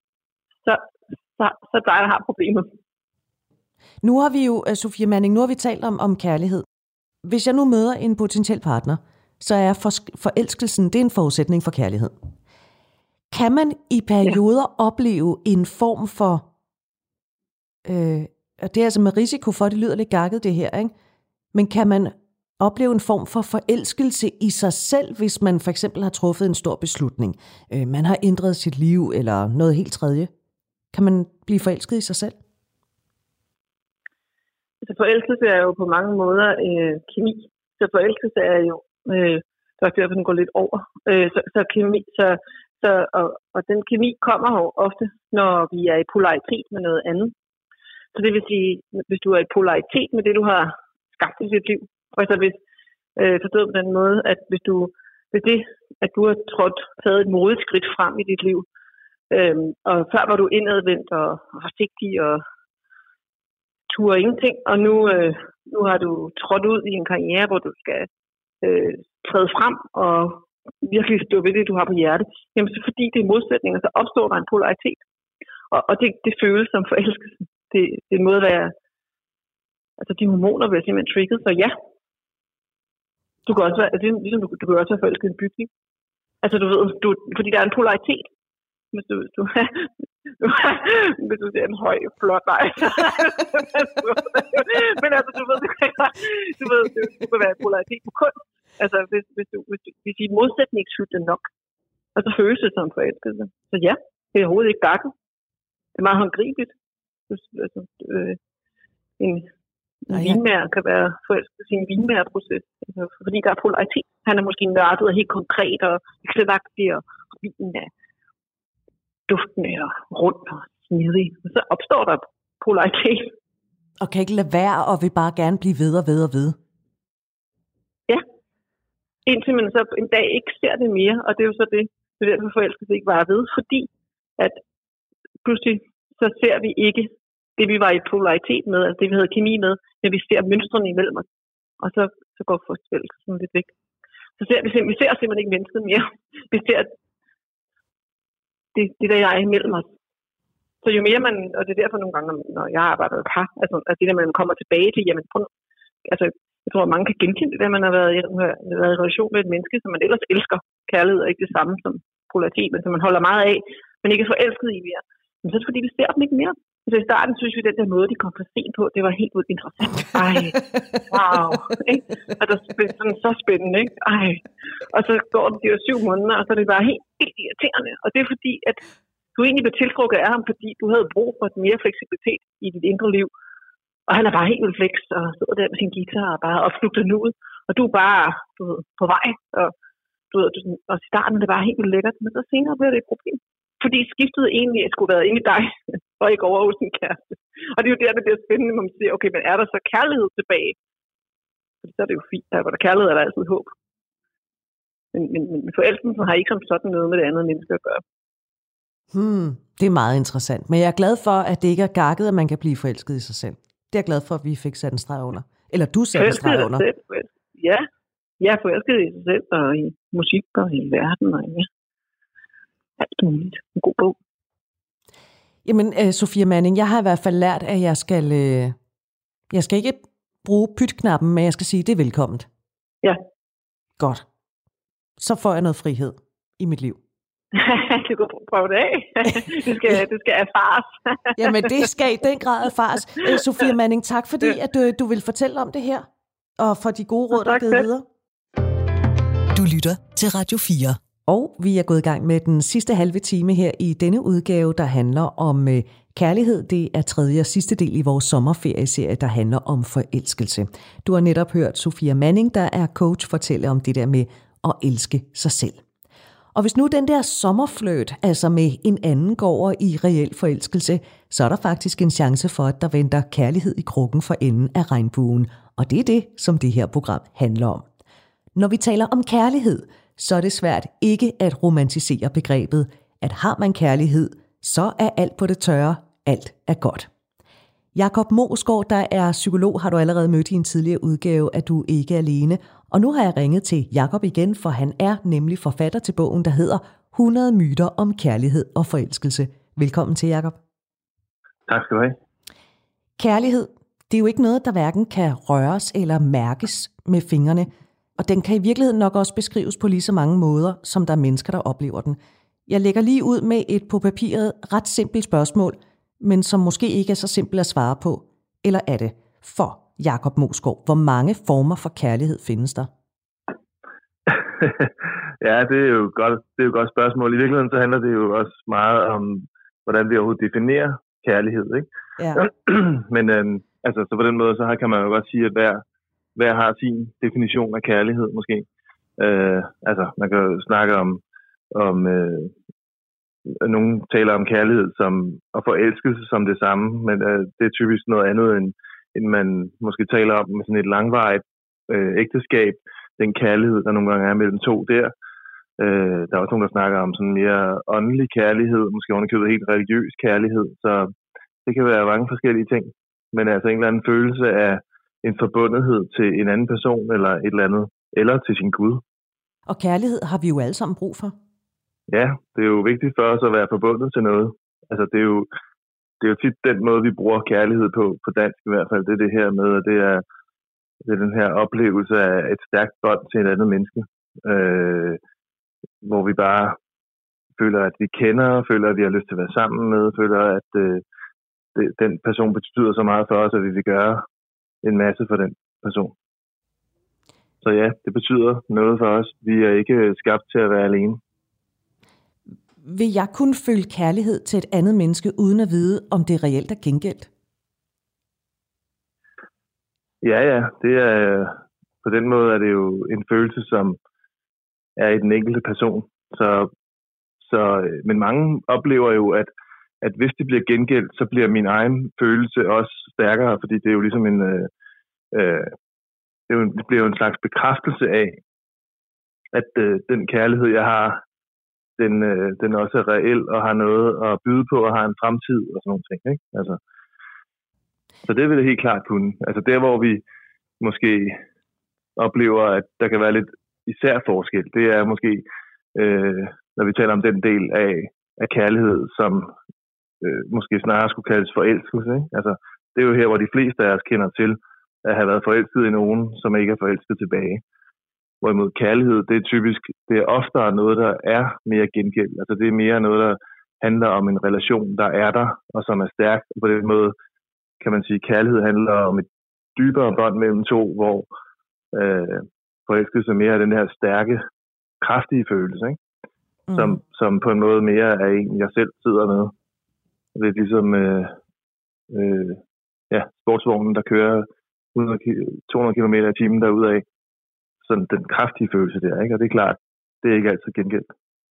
så dig, der har problemet. Nu har vi jo, Sofie Manning, talt om kærlighed. Hvis jeg nu møder en potentiel partner, så er forelskelsen, det er en forudsætning for kærlighed. Kan man i perioder opleve en form for, og det er altså med risiko for, det lyder lidt gakket det her, ikke? Men kan man opleve en form for forelskelse i sig selv, hvis man for eksempel har truffet en stor beslutning. Man har ændret sit liv eller noget helt tredje. Kan man blive forelsket i sig selv? Så forelskelse er jo på mange måder kemi. Så forelskelse er jo, det er derfor, den går lidt over. Så kemi, og den kemi kommer jo ofte, når vi er i polaritet med noget andet. Så det vil sige, hvis du er i polaritet med det, du har skabt i dit liv, og så hvis forstået på den måde, at hvis det, at du har taget et modigt skridt frem i dit liv, og før var du indadvendt og forsigtig og turde ingenting, og nu har du trådt ud i en karriere, hvor du skal træde frem og virkelig stå ved det, du har på hjertet. Jamen, så fordi det er modsætninger, så opstår der en polaritet. Og det føles som forelskelse. Det er en måde at være... Altså, de hormoner bliver simpelthen trigget, så ja. Du kan også være... Det er ligesom, du kan også være forelsket i en bygning. Altså, du ved, fordi der er en polaritet. Hvis du ser en høj, flot vej. Men altså, du kan være en polaritet på kunst. Altså, hvis I modsætningsfyldt nok, og så føles det som forelskelse. Så ja, det er overhovedet ikke gakken. Det er meget håndgribeligt. Altså, en vinmager kan være forelsket i sin vinmagerproces, altså, fordi der er polaritet. Han er måske nørdet og helt konkret og eksellagtig, og vinen er duftende og rund og smidig. Og så opstår der polaritet. Og kan ikke lade være, og vil bare gerne blive ved og ved og ved. Ja. Indtil man så en dag ikke ser det mere, og det er jo så det er derfor forelskelse ikke var ved, fordi at pludselig så ser vi ikke det, vi var i polaritet med, altså det, vi havde kemi med, men vi ser mønstrene imellem os, og så går forelskelsen lidt væk. Så ser vi ser simpelthen ikke mennesket mere. Vi ser det der, jeg er imellem os. Så jo mere man, og det er derfor nogle gange, når jeg arbejder med par, altså det der, man kommer tilbage til, jamen, altså, jeg tror, at mange kan genkende det, at man har været i relation med et menneske, som man ellers elsker. Kærlighed er ikke det samme som polaritet, men som man holder meget af, men ikke er forelsket i mere. Men så er det fordi, vi ser dem ikke mere. Så i starten synes vi, at den der måde, de kom for sent på, det var helt vildt interessant. Ej, wow. Ikke? Og det er sådan så spændende, ikke? Ej. Og så går det de 7 måneder, og så er det bare helt irriterende. Og det er fordi, at du egentlig blev tiltrukket af ham, fordi du havde brug for mere fleksibilitet i dit indre liv. Og han er bare helt vildt flex, og sidder der med sin guitar og bare opslugter nuet. Og du er bare på vej, og i starten er det bare helt vildt lækkert, men så senere bliver det et problem. Fordi skiftet egentlig skulle være inde i dig, og ikke over hos din kæreste. Og det er jo der, det bliver spændende, når man siger, okay, men er der så kærlighed tilbage? Fordi så er det jo fint, der hvor der kærlighed er der altid håb. Men forelskelsen har ikke som sådan noget med det andet menneske at gøre. Det er meget interessant. Men jeg er glad for, at det ikke er gakket, at man kan blive forelsket i sig selv. Det er jeg glad for, at vi fik sat en streg under. Eller du satte en streg under. Ja, jeg er forelsket i sig selv, og i musik, og i verden, og i alt muligt. En god bog. Jamen, Sofia Manning, jeg har i hvert fald lært, at jeg skal ikke bruge pytknappen, men jeg skal sige, det er velkomment. Ja. Godt. Så får jeg noget frihed i mit liv. Du kan prøve det af. Det skal erfares. Jamen, det skal i den grad erfares. Sofia Manning, tak fordi, at du vil fortælle om det her, og for de gode råd, der er givet videre. Du lytter til Radio 4. Og vi er gået i gang med den sidste halve time her i denne udgave, der handler om kærlighed. Det er tredje og sidste del i vores sommerferieserie, der handler om forelskelse. Du har netop hørt Sofia Manning, der er coach, fortælle om det der med at elske sig selv. Og hvis nu den der sommerfløjt, altså med en anden, går over i reel forelskelse, så er der faktisk en chance for, at der venter kærlighed i krukken for enden af regnbuen. Og det er det, som det her program handler om. Når vi taler om kærlighed, så er det svært ikke at romantisere begrebet, at har man kærlighed, så er alt på det tørre, alt er godt. Jakob Moesgaard, der er psykolog, har du allerede mødt i en tidligere udgave, at du ikke er alene. Og nu har jeg ringet til Jakob igen, for han er nemlig forfatter til bogen, der hedder 100 myter om kærlighed og forelskelse. Velkommen til, Jakob. Tak skal du have. Kærlighed, det er jo ikke noget, der hverken kan røres eller mærkes med fingrene. Og den kan i virkeligheden nok også beskrives på lige så mange måder, som der er mennesker, der oplever den. Jeg lægger lige ud med et på papiret ret simpelt spørgsmål, men som måske ikke er så simpelt at svare på. Eller er det? For Jakob Moesgaard? Hvor mange former for kærlighed findes der? Ja, det er jo et godt spørgsmål. I virkeligheden så handler det jo også meget om, hvordan vi overhovedet definerer kærlighed, ikke? Ja. Men så på den måde, så kan man jo godt sige, at hver har sin definition af kærlighed, måske. Man kan jo snakke om nogen taler om kærlighed som og forelskelse som det samme, men det er typisk noget andet, end man måske taler om med sådan et langvarigt ægteskab. Den kærlighed, der nogle gange er mellem to der. Der er også nogen, der snakker om sådan mere åndelig kærlighed, måske ovenikøbet helt religiøs kærlighed, så det kan være mange forskellige ting. Men altså en eller anden følelse af en forbundethed til en anden person eller et eller andet, eller til sin Gud. Og kærlighed har vi jo alle sammen brug for. Ja, det er jo vigtigt for os at være forbundet til noget. Altså det er jo tit den måde, vi bruger kærlighed på dansk i hvert fald. Det er det her med, at det er den her oplevelse af et stærkt bånd til et andet menneske. Hvor vi bare føler, at vi kender, føler, at vi har lyst til at være sammen med, føler, at den person betyder så meget for os, at vi vil gøre en masse for den person. Så ja, det betyder noget for os. Vi er ikke skabt til at være alene. Vil jeg kunne føle kærlighed til et andet menneske, uden at vide, om det reelt er gengældt? Ja, det er på den måde er det jo en følelse, som er i den enkelte person. Men mange oplever jo, at hvis det bliver gengældt, så bliver min egen følelse også stærkere, fordi det er jo ligesom det bliver jo en slags bekræftelse af, at den kærlighed, jeg har, den også er reel og har noget at byde på og har en fremtid og sådan nogle ting, ikke? Altså, så det vil det helt klart kunne. Altså der, hvor vi måske oplever, at der kan være lidt især forskel, det er måske, når vi taler om den del af kærlighed, som måske snarere skulle kaldes forelskelse, ikke? Altså, det er jo her, hvor de fleste af os kender til at have været forelsket i nogen, som ikke er forelsket tilbage. Hvorimod kærlighed, det er oftere noget, der er mere gengældt. Altså det er mere noget, der handler om en relation, der er der, og som er stærk. Og på den måde kan man sige, at kærlighed handler om et dybere bånd mellem to, hvor forelskelse mere er den her stærke, kraftige følelse, ikke? Som på en måde mere er en, jeg selv sidder med. Det er ligesom sportsvognen, der kører 200 km i timen derudad. Sådan den kraftige følelse der, ikke? Og det er klart, det er ikke altid gengældt.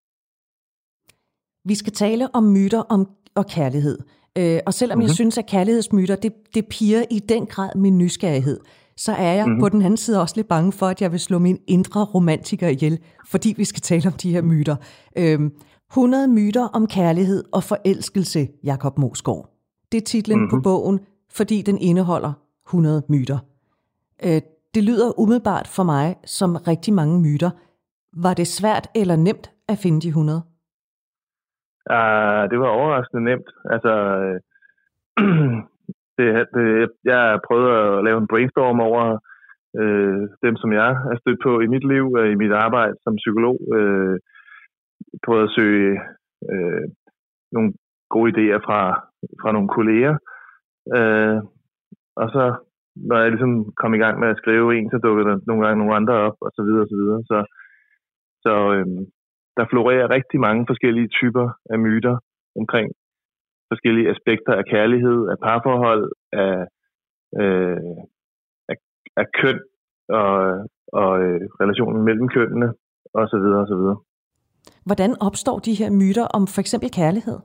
Vi skal tale om myter og kærlighed. Og selvom jeg synes, at kærlighedsmyter, det piger i den grad min nysgerrighed, så er jeg på den anden side også lidt bange for, at jeg vil slå min indre romantiker ihjel, fordi vi skal tale om de her myter. 100 myter om kærlighed og forelskelse, Jakob Moesgaard. Det er titlen på bogen, fordi den indeholder 100 myter. Det lyder umiddelbart for mig som rigtig mange myter. Var det svært eller nemt at finde de 100? Det var overraskende nemt. Altså, jeg prøvede at lave en brainstorm over dem, som jeg er stødt på i mit liv, i mit arbejde som psykolog. Prøvede at søge nogle gode idéer fra nogle kolleger. Og så når jeg ligesom kom i gang med at skrive en, så dukkede der nogle gange nogle andre op, og så videre, og så videre. Så der florerer rigtig mange forskellige typer af myter omkring forskellige aspekter af kærlighed, af parforhold, af køn og relationen mellem kønnene, og så videre, og så videre. Hvordan opstår de her myter om for eksempel kærlighed?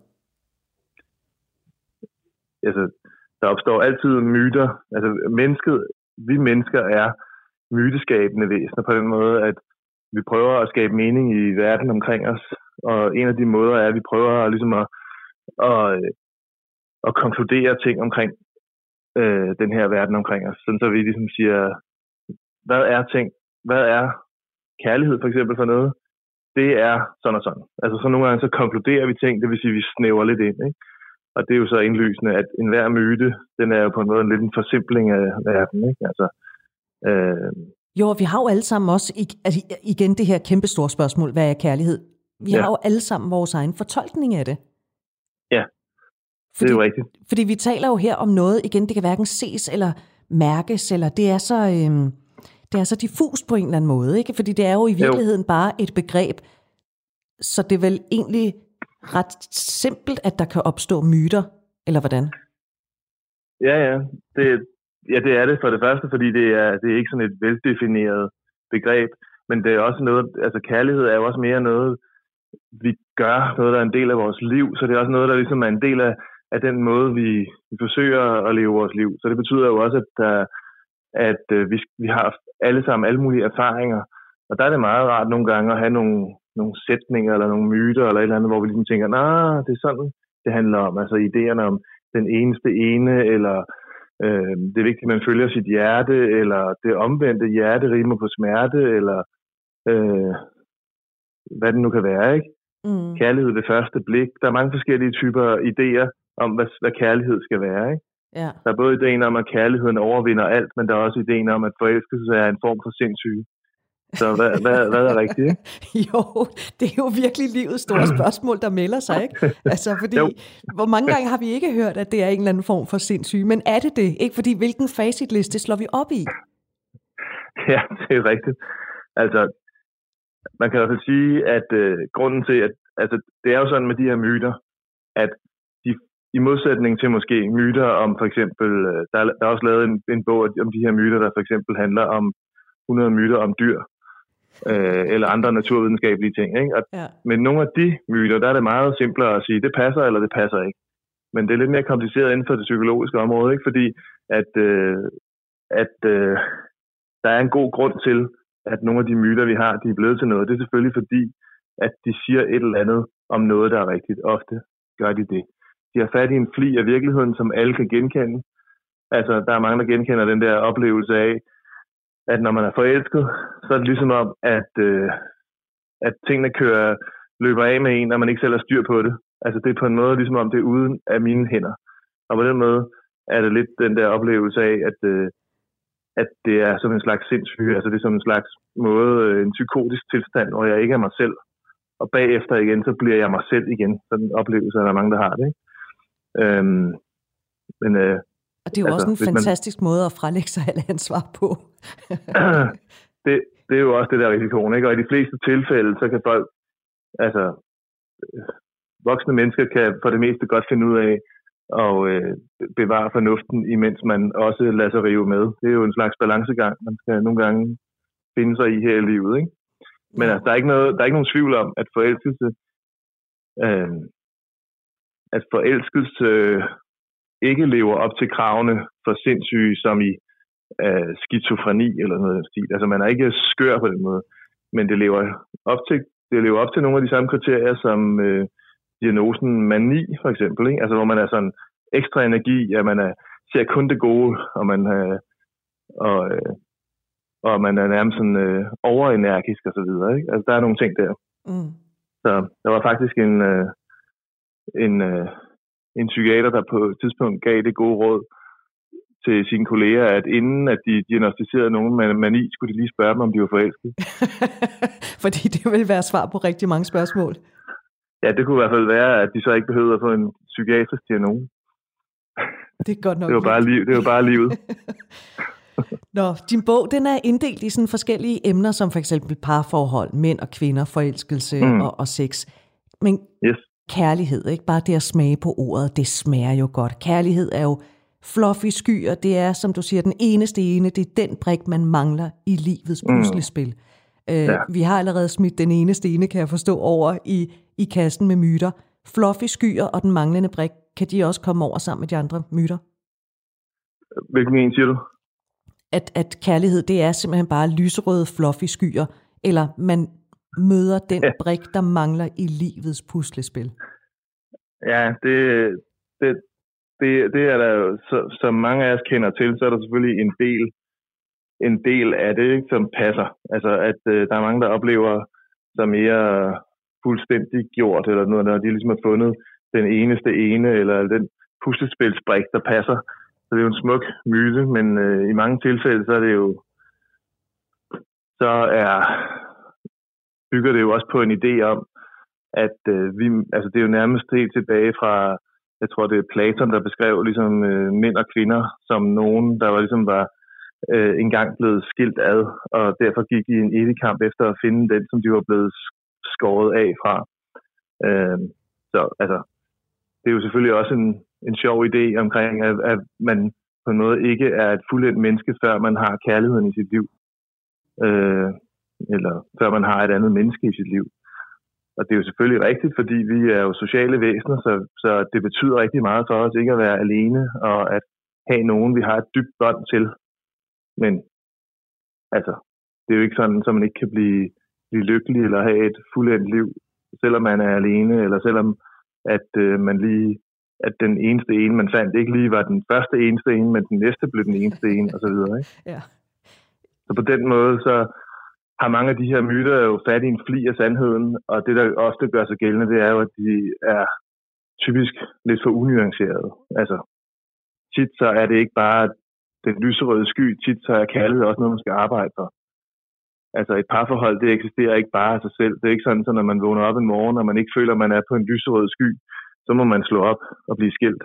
Altså, der opstår altid myter. Altså, vi mennesker er myteskabende væsener på den måde, at vi prøver at skabe mening i verden omkring os. Og en af de måder er, at vi prøver ligesom at konkludere ting omkring den her verden omkring os. Sådan så vi ligesom siger, hvad er kærlighed for eksempel for noget? Det er sådan og sådan. Altså så nogle gange så konkluderer vi ting, det vil sige, at vi snæver lidt ind, ikke? Og det er jo så indlysende, at enhver myte, den er jo på en måde lidt en forsimpling af verden, ikke? Altså, Jo, vi har jo alle sammen også, igen det her kæmpe store spørgsmål, hvad er kærlighed? Vi har jo alle sammen vores egen fortolkning af det. Ja, det er jo rigtigt. Fordi vi taler jo her om noget, igen, det kan hverken ses eller mærkes, eller det er så diffust på en eller anden måde, ikke? Fordi det er jo i virkeligheden bare et begreb, så det er vel egentlig ret simpelt, at der kan opstå myter, eller hvordan? Ja. Det er det for det første, fordi det er ikke sådan et veldefineret begreb, men det er også noget, altså kærlighed er jo også mere noget, vi gør, noget, der er en del af vores liv, så det er også noget, der ligesom er en del af den måde, vi forsøger at leve vores liv. Så det betyder jo også, at vi har alle sammen alle mulige erfaringer, og der er det meget rart nogle gange at have nogle sætninger, eller nogle myter, eller et eller andet, hvor vi ligesom tænker, det er sådan, det handler om, altså idéerne om den eneste ene, eller det er vigtigt, at man følger sit hjerte, eller det omvendte hjerte rimer på smerte, eller hvad det nu kan være, ikke? Kærlighed ved første blik. Der er mange forskellige typer idéer om, hvad kærlighed skal være, ikke? Ja. Der er både ideen om, at kærligheden overvinder alt, men der er også ideen om, at forelskelse er en form for sindssyge. Så hvad er rigtigt, ikke? Jo, det er jo virkelig livets store spørgsmål, der melder sig, ikke? Altså, fordi hvor mange gange har vi ikke hørt, at det er en eller anden form for sindssyge, men er det det? Ikke fordi, hvilken facitliste slår vi op i? Ja, det er rigtigt. Altså, man kan i hvert fald sige, at grunden til, at altså, det er jo sådan med de her myter, at de, i modsætning til måske myter om for eksempel, der er også lavet en bog om de her myter, der for eksempel handler om 100 myter om dyr, eller andre naturvidenskabelige ting, ikke? Men nogle af de myter, der er det meget simplere at sige, det passer eller det passer ikke. Men det er lidt mere kompliceret inden for det psykologiske område, ikke? Fordi at der er en god grund til, at nogle af de myter, vi har, de er blevet til noget. Det er selvfølgelig fordi, at de siger et eller andet om noget, der er rigtigt. Ofte gør de det. De har fat i en fli af virkeligheden, som alle kan genkende. Altså, der er mange, der genkender den der oplevelse af, at når man er forelsket, så er det ligesom om, at tingene løber af med en, når man ikke selv har styr på det. Altså, det er på en måde ligesom om, det er uden af mine hænder. Og på den måde er det lidt den der oplevelse af, at det er som en slags sindssyge, altså det er som en slags måde, en psykotisk tilstand, hvor jeg ikke er mig selv. Og bagefter igen, så bliver jeg mig selv igen. Sådan en oplevelse, der er mange, der har det, ikke? Og det er jo også en fantastisk måde at frelægge sig alle ansvar på. det er jo også det der risikoen, ikke? Og i de fleste tilfælde, så kan folk, altså voksne mennesker kan for det meste godt finde ud af og bevare fornuften, imens man også lader sig rive med. Det er jo en slags balancegang, man skal nogle gange finde sig i her i livet, ikke? Men altså, der er ikke nogen tvivl om, at forelskelse ikke lever op til kravene for sindssyge, som i skizofreni eller noget stil. Altså, man er ikke skør på den måde, men det lever op til nogle af de samme kriterier som diagnosen mani, for eksempel, ikke? Altså, hvor man er sådan ekstra energi, at man ser kun det gode, og man er nærmest sådan overenergisk og så videre, ikke? Altså, der er nogle ting der. Så der var faktisk en psykiater, der på et tidspunkt gav det gode råd til sine kolleger, at inden at de diagnosticerede nogen med mani, skulle de lige spørge dem, om de var forelskede. Fordi det ville være svar på rigtig mange spørgsmål. Ja, det kunne i hvert fald være, at de så ikke behøvede at få en psykiatrisk diagnose. Det er godt nok. Det var bare livet. Nå, din bog, den er inddelt i sådan forskellige emner, som for eksempel parforhold, mænd og kvinder, forelskelse og sex. Men kærlighed, ikke? Bare det at smage på ordet, det smager jo godt. Kærlighed er jo fluffy skyer, det er, som du siger, den eneste ene, det er den brik, man mangler i livets puslespil. Vi har allerede smidt den eneste ene, kan jeg forstå, over i kassen med myter. Fluffy skyer og den manglende brik, kan de også komme over sammen med de andre myter? Hvilken en siger du? At kærlighed, det er simpelthen bare lyserøde fluffy skyer, eller man møder den brik, der mangler i livets puslespil. Ja, det er der jo, som mange af os kender til, så er der selvfølgelig en del af det, ikke, som passer. Altså, at der er mange, der oplever sig mere fuldstændig gjort, eller noget, når de ligesom har fundet den eneste ene, eller den puslespilsbrik, der passer. Så det er jo en smuk myte, men i mange tilfælde, så er det jo, bygger det jo også på en idé om, at det er jo nærmest helt tilbage fra jeg tror det er Platon, der beskrev ligesom mænd og kvinder som nogen, der var engang blevet skilt ad, og derfor gik de i en evig kamp efter at finde den, som de var blevet skåret af fra. Så altså, det er jo selvfølgelig også en sjov idé omkring, at man på en måde ikke er et fuldendt menneske, før man har kærligheden i sit liv. Eller før man har et andet menneske i sit liv. Og det er jo selvfølgelig rigtigt, fordi vi er jo sociale væsener, så det betyder rigtig meget for os ikke at være alene, og at have nogen, vi har et dybt bånd til. Men altså, det er jo ikke sådan, så man ikke kan blive lykkelig eller have et fuldendt liv, selvom man er alene, eller selvom at den eneste ene, man fandt, ikke lige var den første eneste ene, men den næste blev den eneste ene, og så videre. Ikke? Ja. Så på den måde, så har mange af de her myter jo fat i en fli af sandheden, og det, der ofte gør sig gældende, det er jo, at de er typisk lidt for unuancerede. Altså, tit så er det ikke bare den lyserøde sky, tit så er kærlighed også noget, man skal arbejde for. Altså, et parforhold, det eksisterer ikke bare af sig selv. Det er ikke sådan, så når man vågner op en morgen, og man ikke føler, at man er på en lyserød sky, så må man slå op og blive skilt.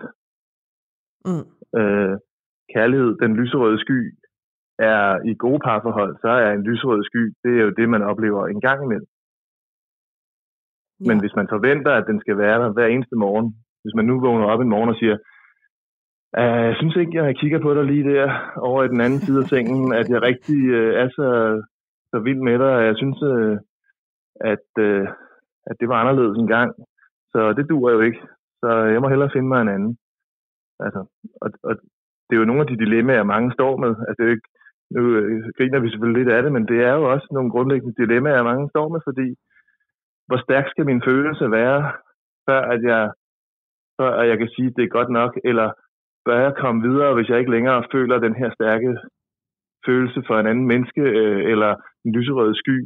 Kærlighed, den lyserøde sky, er i gode parforhold, så er en lyserød sky, det er jo det, man oplever en gang imellem. Ja. Men hvis man forventer, at den skal være der hver eneste morgen, hvis man nu vågner op en morgen og siger, jeg synes ikke, jeg kigger på dig lige der over i den anden side af sengen, at jeg rigtig er så vild med dig, og jeg synes, at det var anderledes en gang. Så det duer jo ikke. Så jeg må hellere finde mig en anden. Altså, og det er jo nogle af de dilemmaer, mange står med. Altså, det er jo ikke, nu griner vi selvfølgelig lidt af det, men det er jo også nogle grundlæggende dilemmaer, mange står med, fordi hvor stærk skal min følelse være, før at jeg kan sige, at det er godt nok, eller bør jeg komme videre, hvis jeg ikke længere føler den her stærke følelse for en anden menneske, eller en lyserød sky.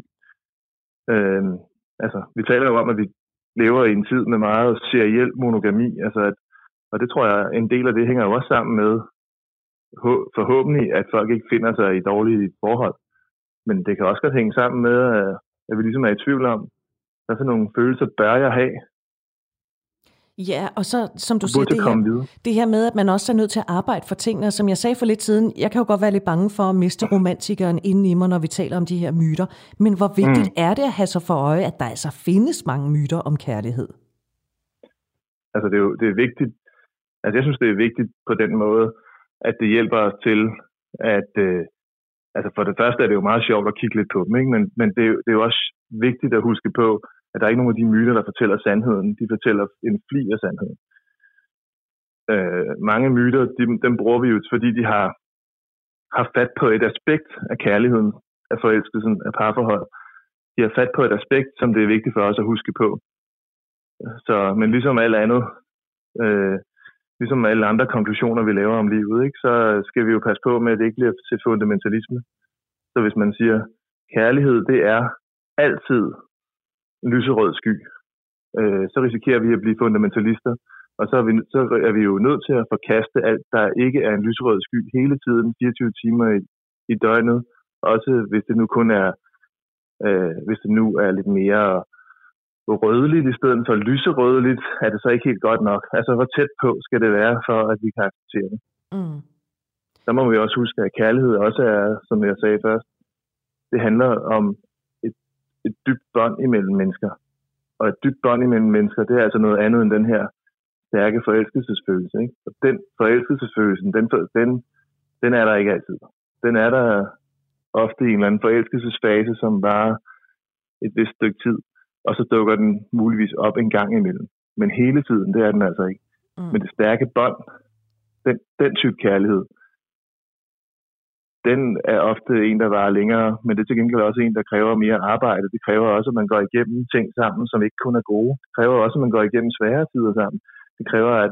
Altså, vi taler jo om, at vi lever i en tid med meget seriel monogami, altså og det tror jeg, en del af det hænger jo også sammen med forhåbentlig, at folk ikke finder sig i dårlige forhold. Men det kan også godt hænge sammen med, at vi ligesom er i tvivl om, hvad for nogle følelser bør jeg have. Ja, og så, som du siger, det her med, at man også er nødt til at arbejde for tingene. Som jeg sagde for lidt siden, jeg kan jo godt være lidt bange for at miste romantikeren inde i mig, når vi taler om de her myter. Men hvor vigtigt er det at have så for øje, at der altså findes mange myter om kærlighed? Altså, det er vigtigt. Altså, jeg synes, det er vigtigt på den måde, at det hjælper os til, at altså for det første er det jo meget sjovt at kigge lidt på dem, ikke? Men det er jo også vigtigt at huske på, at der er ikke nogen af de myter, der fortæller sandheden. De fortæller en fli af sandheden. Mange myter, dem bruger vi jo, fordi de har fat på et aspekt af kærligheden, af forelskelsen, af parforhold. De har fat på et aspekt, som det er vigtigt for os at huske på. Men ligesom alt andet, ligesom alle andre konklusioner, vi laver om livet, ikke, så skal vi jo passe på med, at det ikke bliver til fundamentalisme. Så hvis man siger, kærlighed, det er altid en lyserød sky, så risikerer vi at blive fundamentalister, og så er vi jo nødt til at forkaste alt, der ikke er en lyserød sky hele tiden, 24 timer i døgnet, også hvis det nu kun er, hvis det nu er lidt mere rødligt i stedet for lyserødligt, er det så ikke helt godt nok. Altså, hvor tæt på skal det være, for at vi kan acceptere det. Så må vi også huske, at kærlighed også er, som jeg sagde først, det handler om et dybt bånd imellem mennesker. Og et dybt bånd imellem mennesker, det er altså noget andet end den her stærke forelskelsesfølelse. Ikke? Og den forelskelsesfølelsen, den er der ikke altid. Den er der ofte i en eller anden forelskelsesfase, som varer et vist stykke tid. Og så dukker den muligvis op en gang imellem. Men hele tiden, det er den altså ikke. Men det stærke bånd, den type kærlighed, den er ofte en, der varer længere, men det er til gengæld også en, der kræver mere arbejde. Det kræver også, at man går igennem ting sammen, som ikke kun er gode. Det kræver også, at man går igennem svære tider sammen. Det kræver, at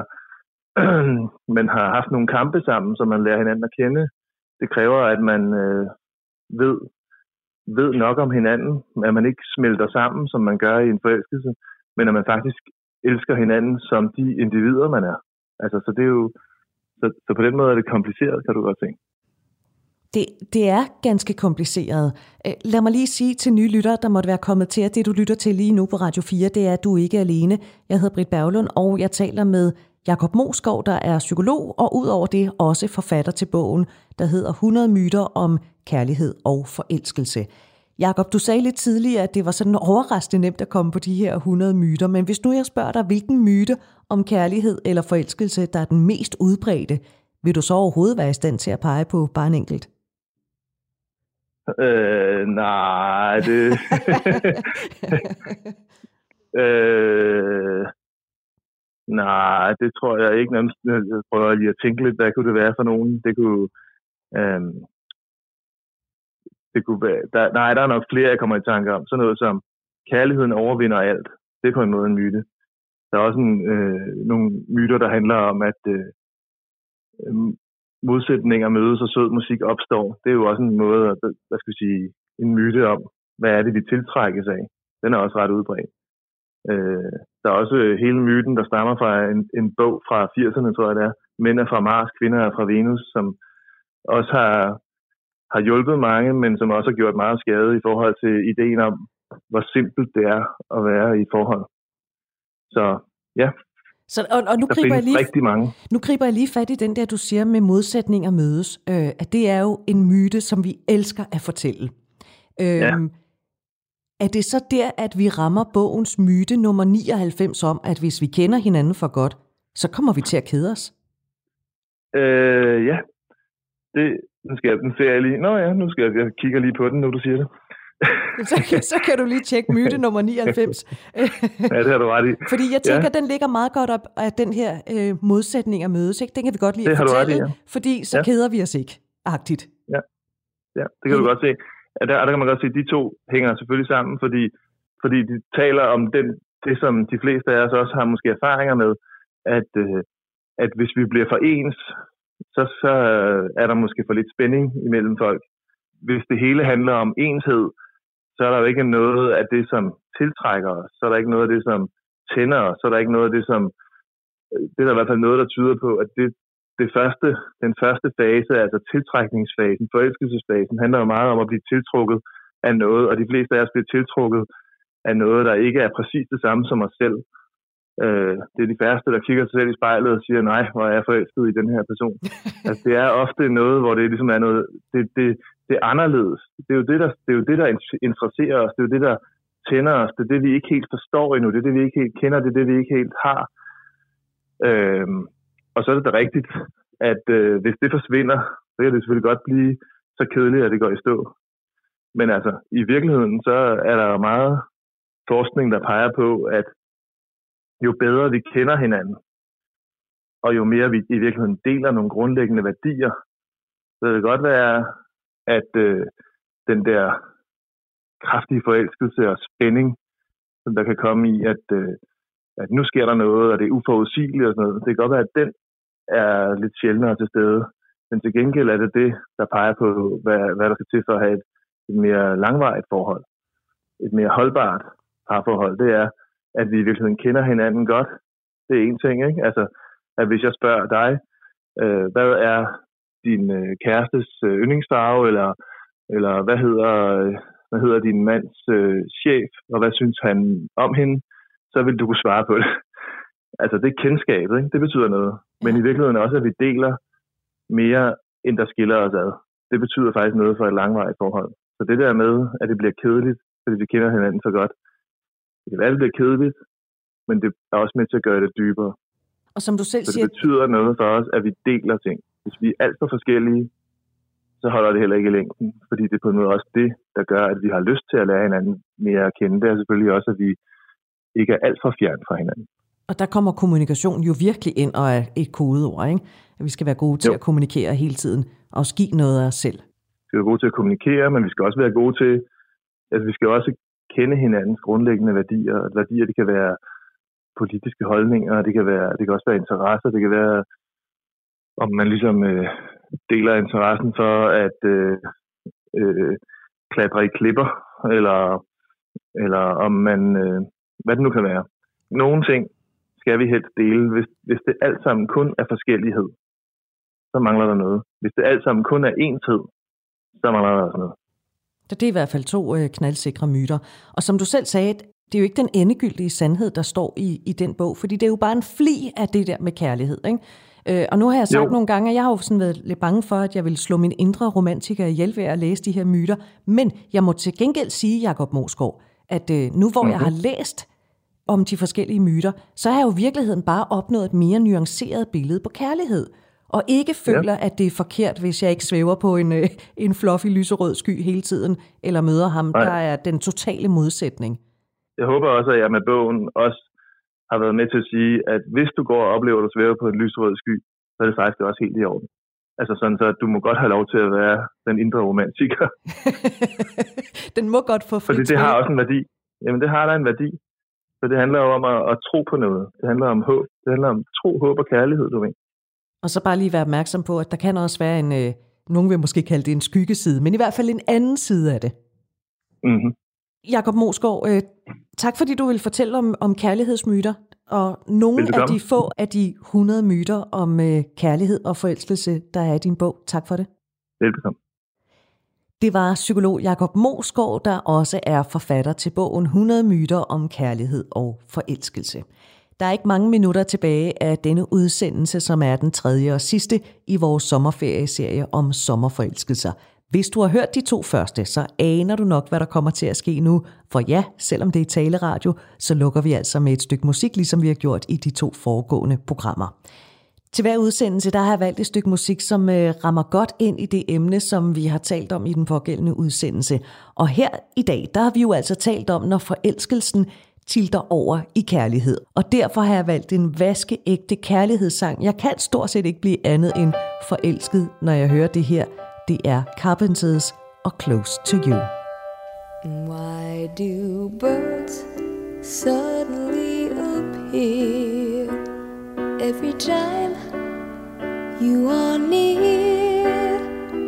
man har haft nogle kampe sammen, så man lærer hinanden at kende. Det kræver, at man ved nok om hinanden, at man ikke smelter sammen, som man gør i en forelskelse, men at man faktisk elsker hinanden som de individer, man er. Altså, så det er jo så på den måde er det kompliceret, kan du godt tænke. Det er ganske kompliceret. Lad mig lige sige til nye lyttere, der måtte være kommet til, at det du lytter til lige nu på Radio 4, det er, at du ikke er alene. Jeg hedder Britt Berglund, og jeg taler med Jakob Moskov, der er psykolog, og udover det også forfatter til bogen, der hedder 100 myter om kærlighed og forelskelse. Jakob, du sagde lidt tidligere, at det var sådan overraskende nemt at komme på de her 100 myter, men hvis nu jeg spørger dig, hvilken myte om kærlighed eller forelskelse, der er den mest udbredte, vil du så overhovedet være i stand til at pege på bare en enkelt? Nej, det... nej, det tror jeg ikke. Jeg prøver lige at tænke lidt, hvad kunne det være for nogen? Det kunne være... Der er nok flere, jeg kommer i tanke om. Sådan noget som, kærligheden overvinder alt. Det er på en måde en myte. Der er også nogle myter, der handler om, at modsætninger mødes og sød musik opstår. Det er jo også en måde, hvad skal vi sige, en myte om, hvad er det, vi tiltrækkes af. Den er også ret udbredt. Der er også hele myten, der stammer fra en bog fra 80'erne, tror jeg det er. Mænd er fra Mars, kvinder er fra Venus, som også har hjulpet mange, men som også har gjort meget skade i forhold til ideen om, hvor simpelt det er at være i forhold. Så ja. Så, og nu griber jeg lige, rigtig mange. Nu griber jeg lige fat i den der, du siger med modsætninger mødes. At det er jo en myte, som vi elsker at fortælle. Ja. Er det så der, at vi rammer bogens myte nummer 99 om, at hvis vi kender hinanden for godt, så kommer vi til at kede os? Ja. Nu ser jeg lige. Jeg kigger lige på den, når du siger det. Så kan du lige tjekke myte nummer 99. Ja, det har du ret i. Fordi jeg tænker, den ligger meget godt op af den her modsætninger mødes. Ikke? Den kan vi godt lide at fortælle, fordi så keder vi os ikke. Agtigt. Ja, det kan du godt se. Der kan man godt se, at de to hænger selvfølgelig sammen, fordi de taler om det, som de fleste af os også har måske erfaringer med, at hvis vi bliver for ens, så er der måske for lidt spænding imellem folk. Hvis det hele handler om enshed, så er der jo ikke noget af det, som tiltrækker os. Så er der ikke noget af det, som tænder os. Så er der ikke noget af det, som... Det er der i hvert fald noget, der tyder på, at den første fase, altså tiltrækningsfasen, forelskelsesfasen, handler jo meget om at blive tiltrukket af noget, og de fleste af os bliver tiltrukket af noget, der ikke er præcis det samme som os selv. Det er de færreste, der kigger sig selv i spejlet og siger, nej, hvor er jeg forelsket i den her person. Altså, det er ofte noget, hvor det ligesom er noget... Det er anderledes. Det er jo det, der interesserer os. Det er jo det, der tænder os. Det er det, vi ikke helt forstår endnu. Det er det, vi ikke helt kender. Det er det, vi ikke helt har. Og så er det da rigtigt, at hvis det forsvinder, så kan det selvfølgelig godt blive så kedeligt, at det går i stå. Men altså, i virkeligheden, så er der meget forskning, der peger på, at jo bedre vi kender hinanden, og jo mere vi i virkeligheden deler nogle grundlæggende værdier, så det kan godt være, at den der kraftige forelskelse og spænding, som der kan komme i, at nu sker der noget, og det er uforudsigeligt og sådan noget, det kan godt være, at den er lidt sjældnere til stede. Men til gengæld er det, der peger på, hvad der skal til for at have et mere langvarigt forhold. Et mere holdbart parforhold. Det er, at vi i virkeligheden kender hinanden godt. Det er en ting, ikke? Altså, at hvis jeg spørger dig, hvad er din kærestes yndlingsfarve, eller hvad hedder din mands chef, og hvad synes han om hende, så vil du kunne svare på det. Altså, det er kendskabet, ikke? Det betyder noget. Men i virkeligheden også, at vi deler mere, end der skiller os ad. Det betyder faktisk noget for et langvarigt forhold. Så det der med, at det bliver kedeligt, fordi vi kender hinanden så godt, det kan være, at det bliver kedeligt, men det er også med til at gøre det dybere. Og som du selv så siger... det betyder noget for os, at vi deler ting. Hvis vi er alt for forskellige, så holder det heller ikke i længden. Fordi det er på en måde også det, der gør, at vi har lyst til at lære hinanden mere at kende. Det er selvfølgelig også, at vi ikke er alt for fjern fra hinanden. Og der kommer kommunikation jo virkelig ind og er et kodeord, ikke? At vi skal være gode til at kommunikere hele tiden og også give noget af os selv. Vi skal være gode til at kommunikere, men vi skal også være gode til, at vi skal også kende hinandens grundlæggende værdier. At værdier, det kan være politiske holdninger, det kan også være interesser, det kan være, om man ligesom deler interessen for at klatre i klipper, eller om man, hvad det nu kan være. Nogle ting skal vi helst dele. Hvis det alt sammen kun er forskellighed, så mangler der noget. Hvis det alt sammen kun er enshed, så mangler der også noget. Det er i hvert fald 2 knaldsikre myter. Og som du selv sagde, det er jo ikke den endegyldige sandhed, der står i den bog, fordi det er jo bare en fli af det der med kærlighed, ikke? Og nu har jeg sagt nogle gange, at jeg har jo sådan været lidt bange for, at jeg vil slå min indre romantiker ihjel ved at læse de her myter. Men jeg må til gengæld sige, Jakob Moesgaard, at nu hvor jeg har læst om de forskellige myter, så har jeg jo i virkeligheden bare opnået et mere nuanceret billede på kærlighed. Og ikke føler, at det er forkert, hvis jeg ikke svæver på en fluffy lyserød sky hele tiden, eller møder ham, der er den totale modsætning. Jeg håber også, at jeg med bogen også har været med til at sige, at hvis du går og oplever, at du svæver på en lyserød sky, så er det faktisk også helt i orden. Altså sådan, så du må godt have lov til at være den indre romantiker. Den må godt få frit. Fordi det har også en værdi. Jamen, det har der en værdi. Så det handler jo om at tro på noget. Det handler om håb. Det handler om tro, håb og kærlighed, du ved. Og så bare lige være opmærksom på, at der kan også være nogen vil måske kalde det en skyggeside, men i hvert fald en anden side af det. Mm-hmm. Jakob Moesgaard, tak fordi du vil fortælle om kærlighedsmyter, og nogle af de få af de 100 myter om kærlighed og forelskelse, der er i din bog. Tak for det. Velbekomme. Det var psykolog Jakob Moesgaard, der også er forfatter til bogen 100 myter om kærlighed og forelskelse. Der er ikke mange minutter tilbage af denne udsendelse, som er den 3. og sidste i vores sommerferieserie om sommerforelskelser. Hvis du har hørt de 2 første, så aner du nok, hvad der kommer til at ske nu. For ja, selvom det er taleradio, så lukker vi altså med et stykke musik, ligesom vi har gjort i de 2 foregående programmer. Til hver udsendelse, der har jeg valgt et stykke musik, som rammer godt ind i det emne, som vi har talt om i den pågældende udsendelse. Og her i dag, der har vi jo altså talt om, når forelskelsen tilter over i kærlighed. Og derfor har jeg valgt en vaskeægte kærlighedssang. Jeg kan stort set ikke blive andet end forelsket, når jeg hører det her. Det er Carpenters og Close to You. Why do birds suddenly appear every time you are near?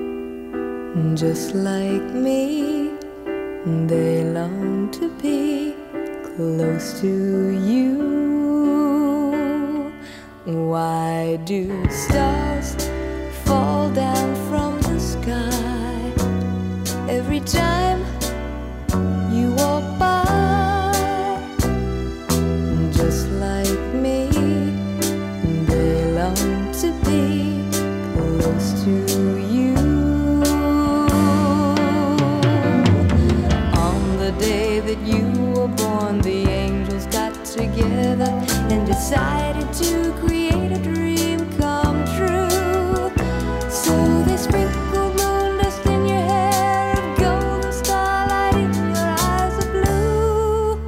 Just like me, they long to be close to you. Why do stars fall down from the sky every time you walk by? Just like me, they long to be close to you. On the day that you were born, the angels got together and decided to create a dream come true. So they sprinkled moon dust in your hair of gold and starlight in your eyes of blue.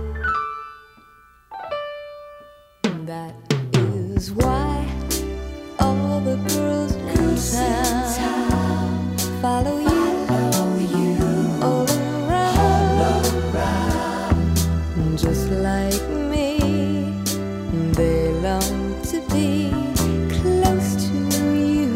That is why all the girls in town follow you all around. Just like me, they long to be close to you.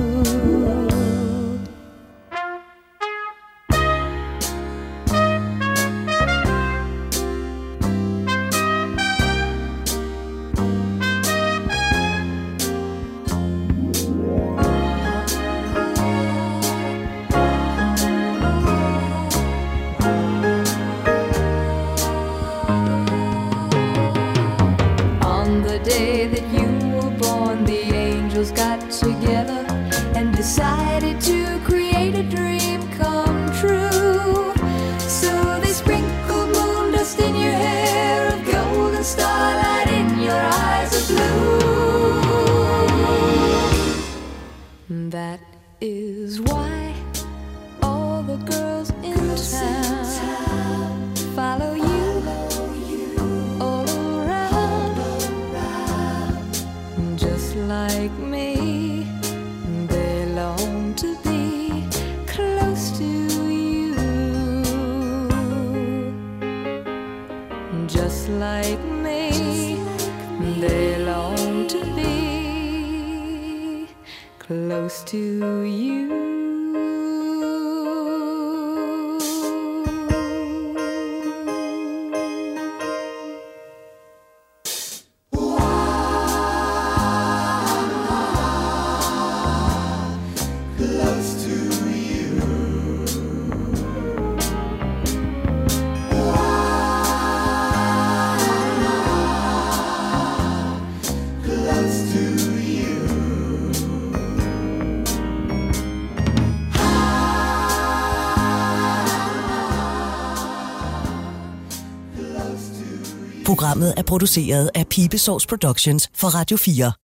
On the day that you were born, the angels got together and decided to create a dream come true. So they sprinkled moon dust in your hair of gold and starlight in your eyes of blue. That is why all the girls in town follow you all around. Just like me, they long to be close to you. Just like me, they long to be close to you. Close to you. Programmet er produceret af Pibesauce Productions for Radio 4.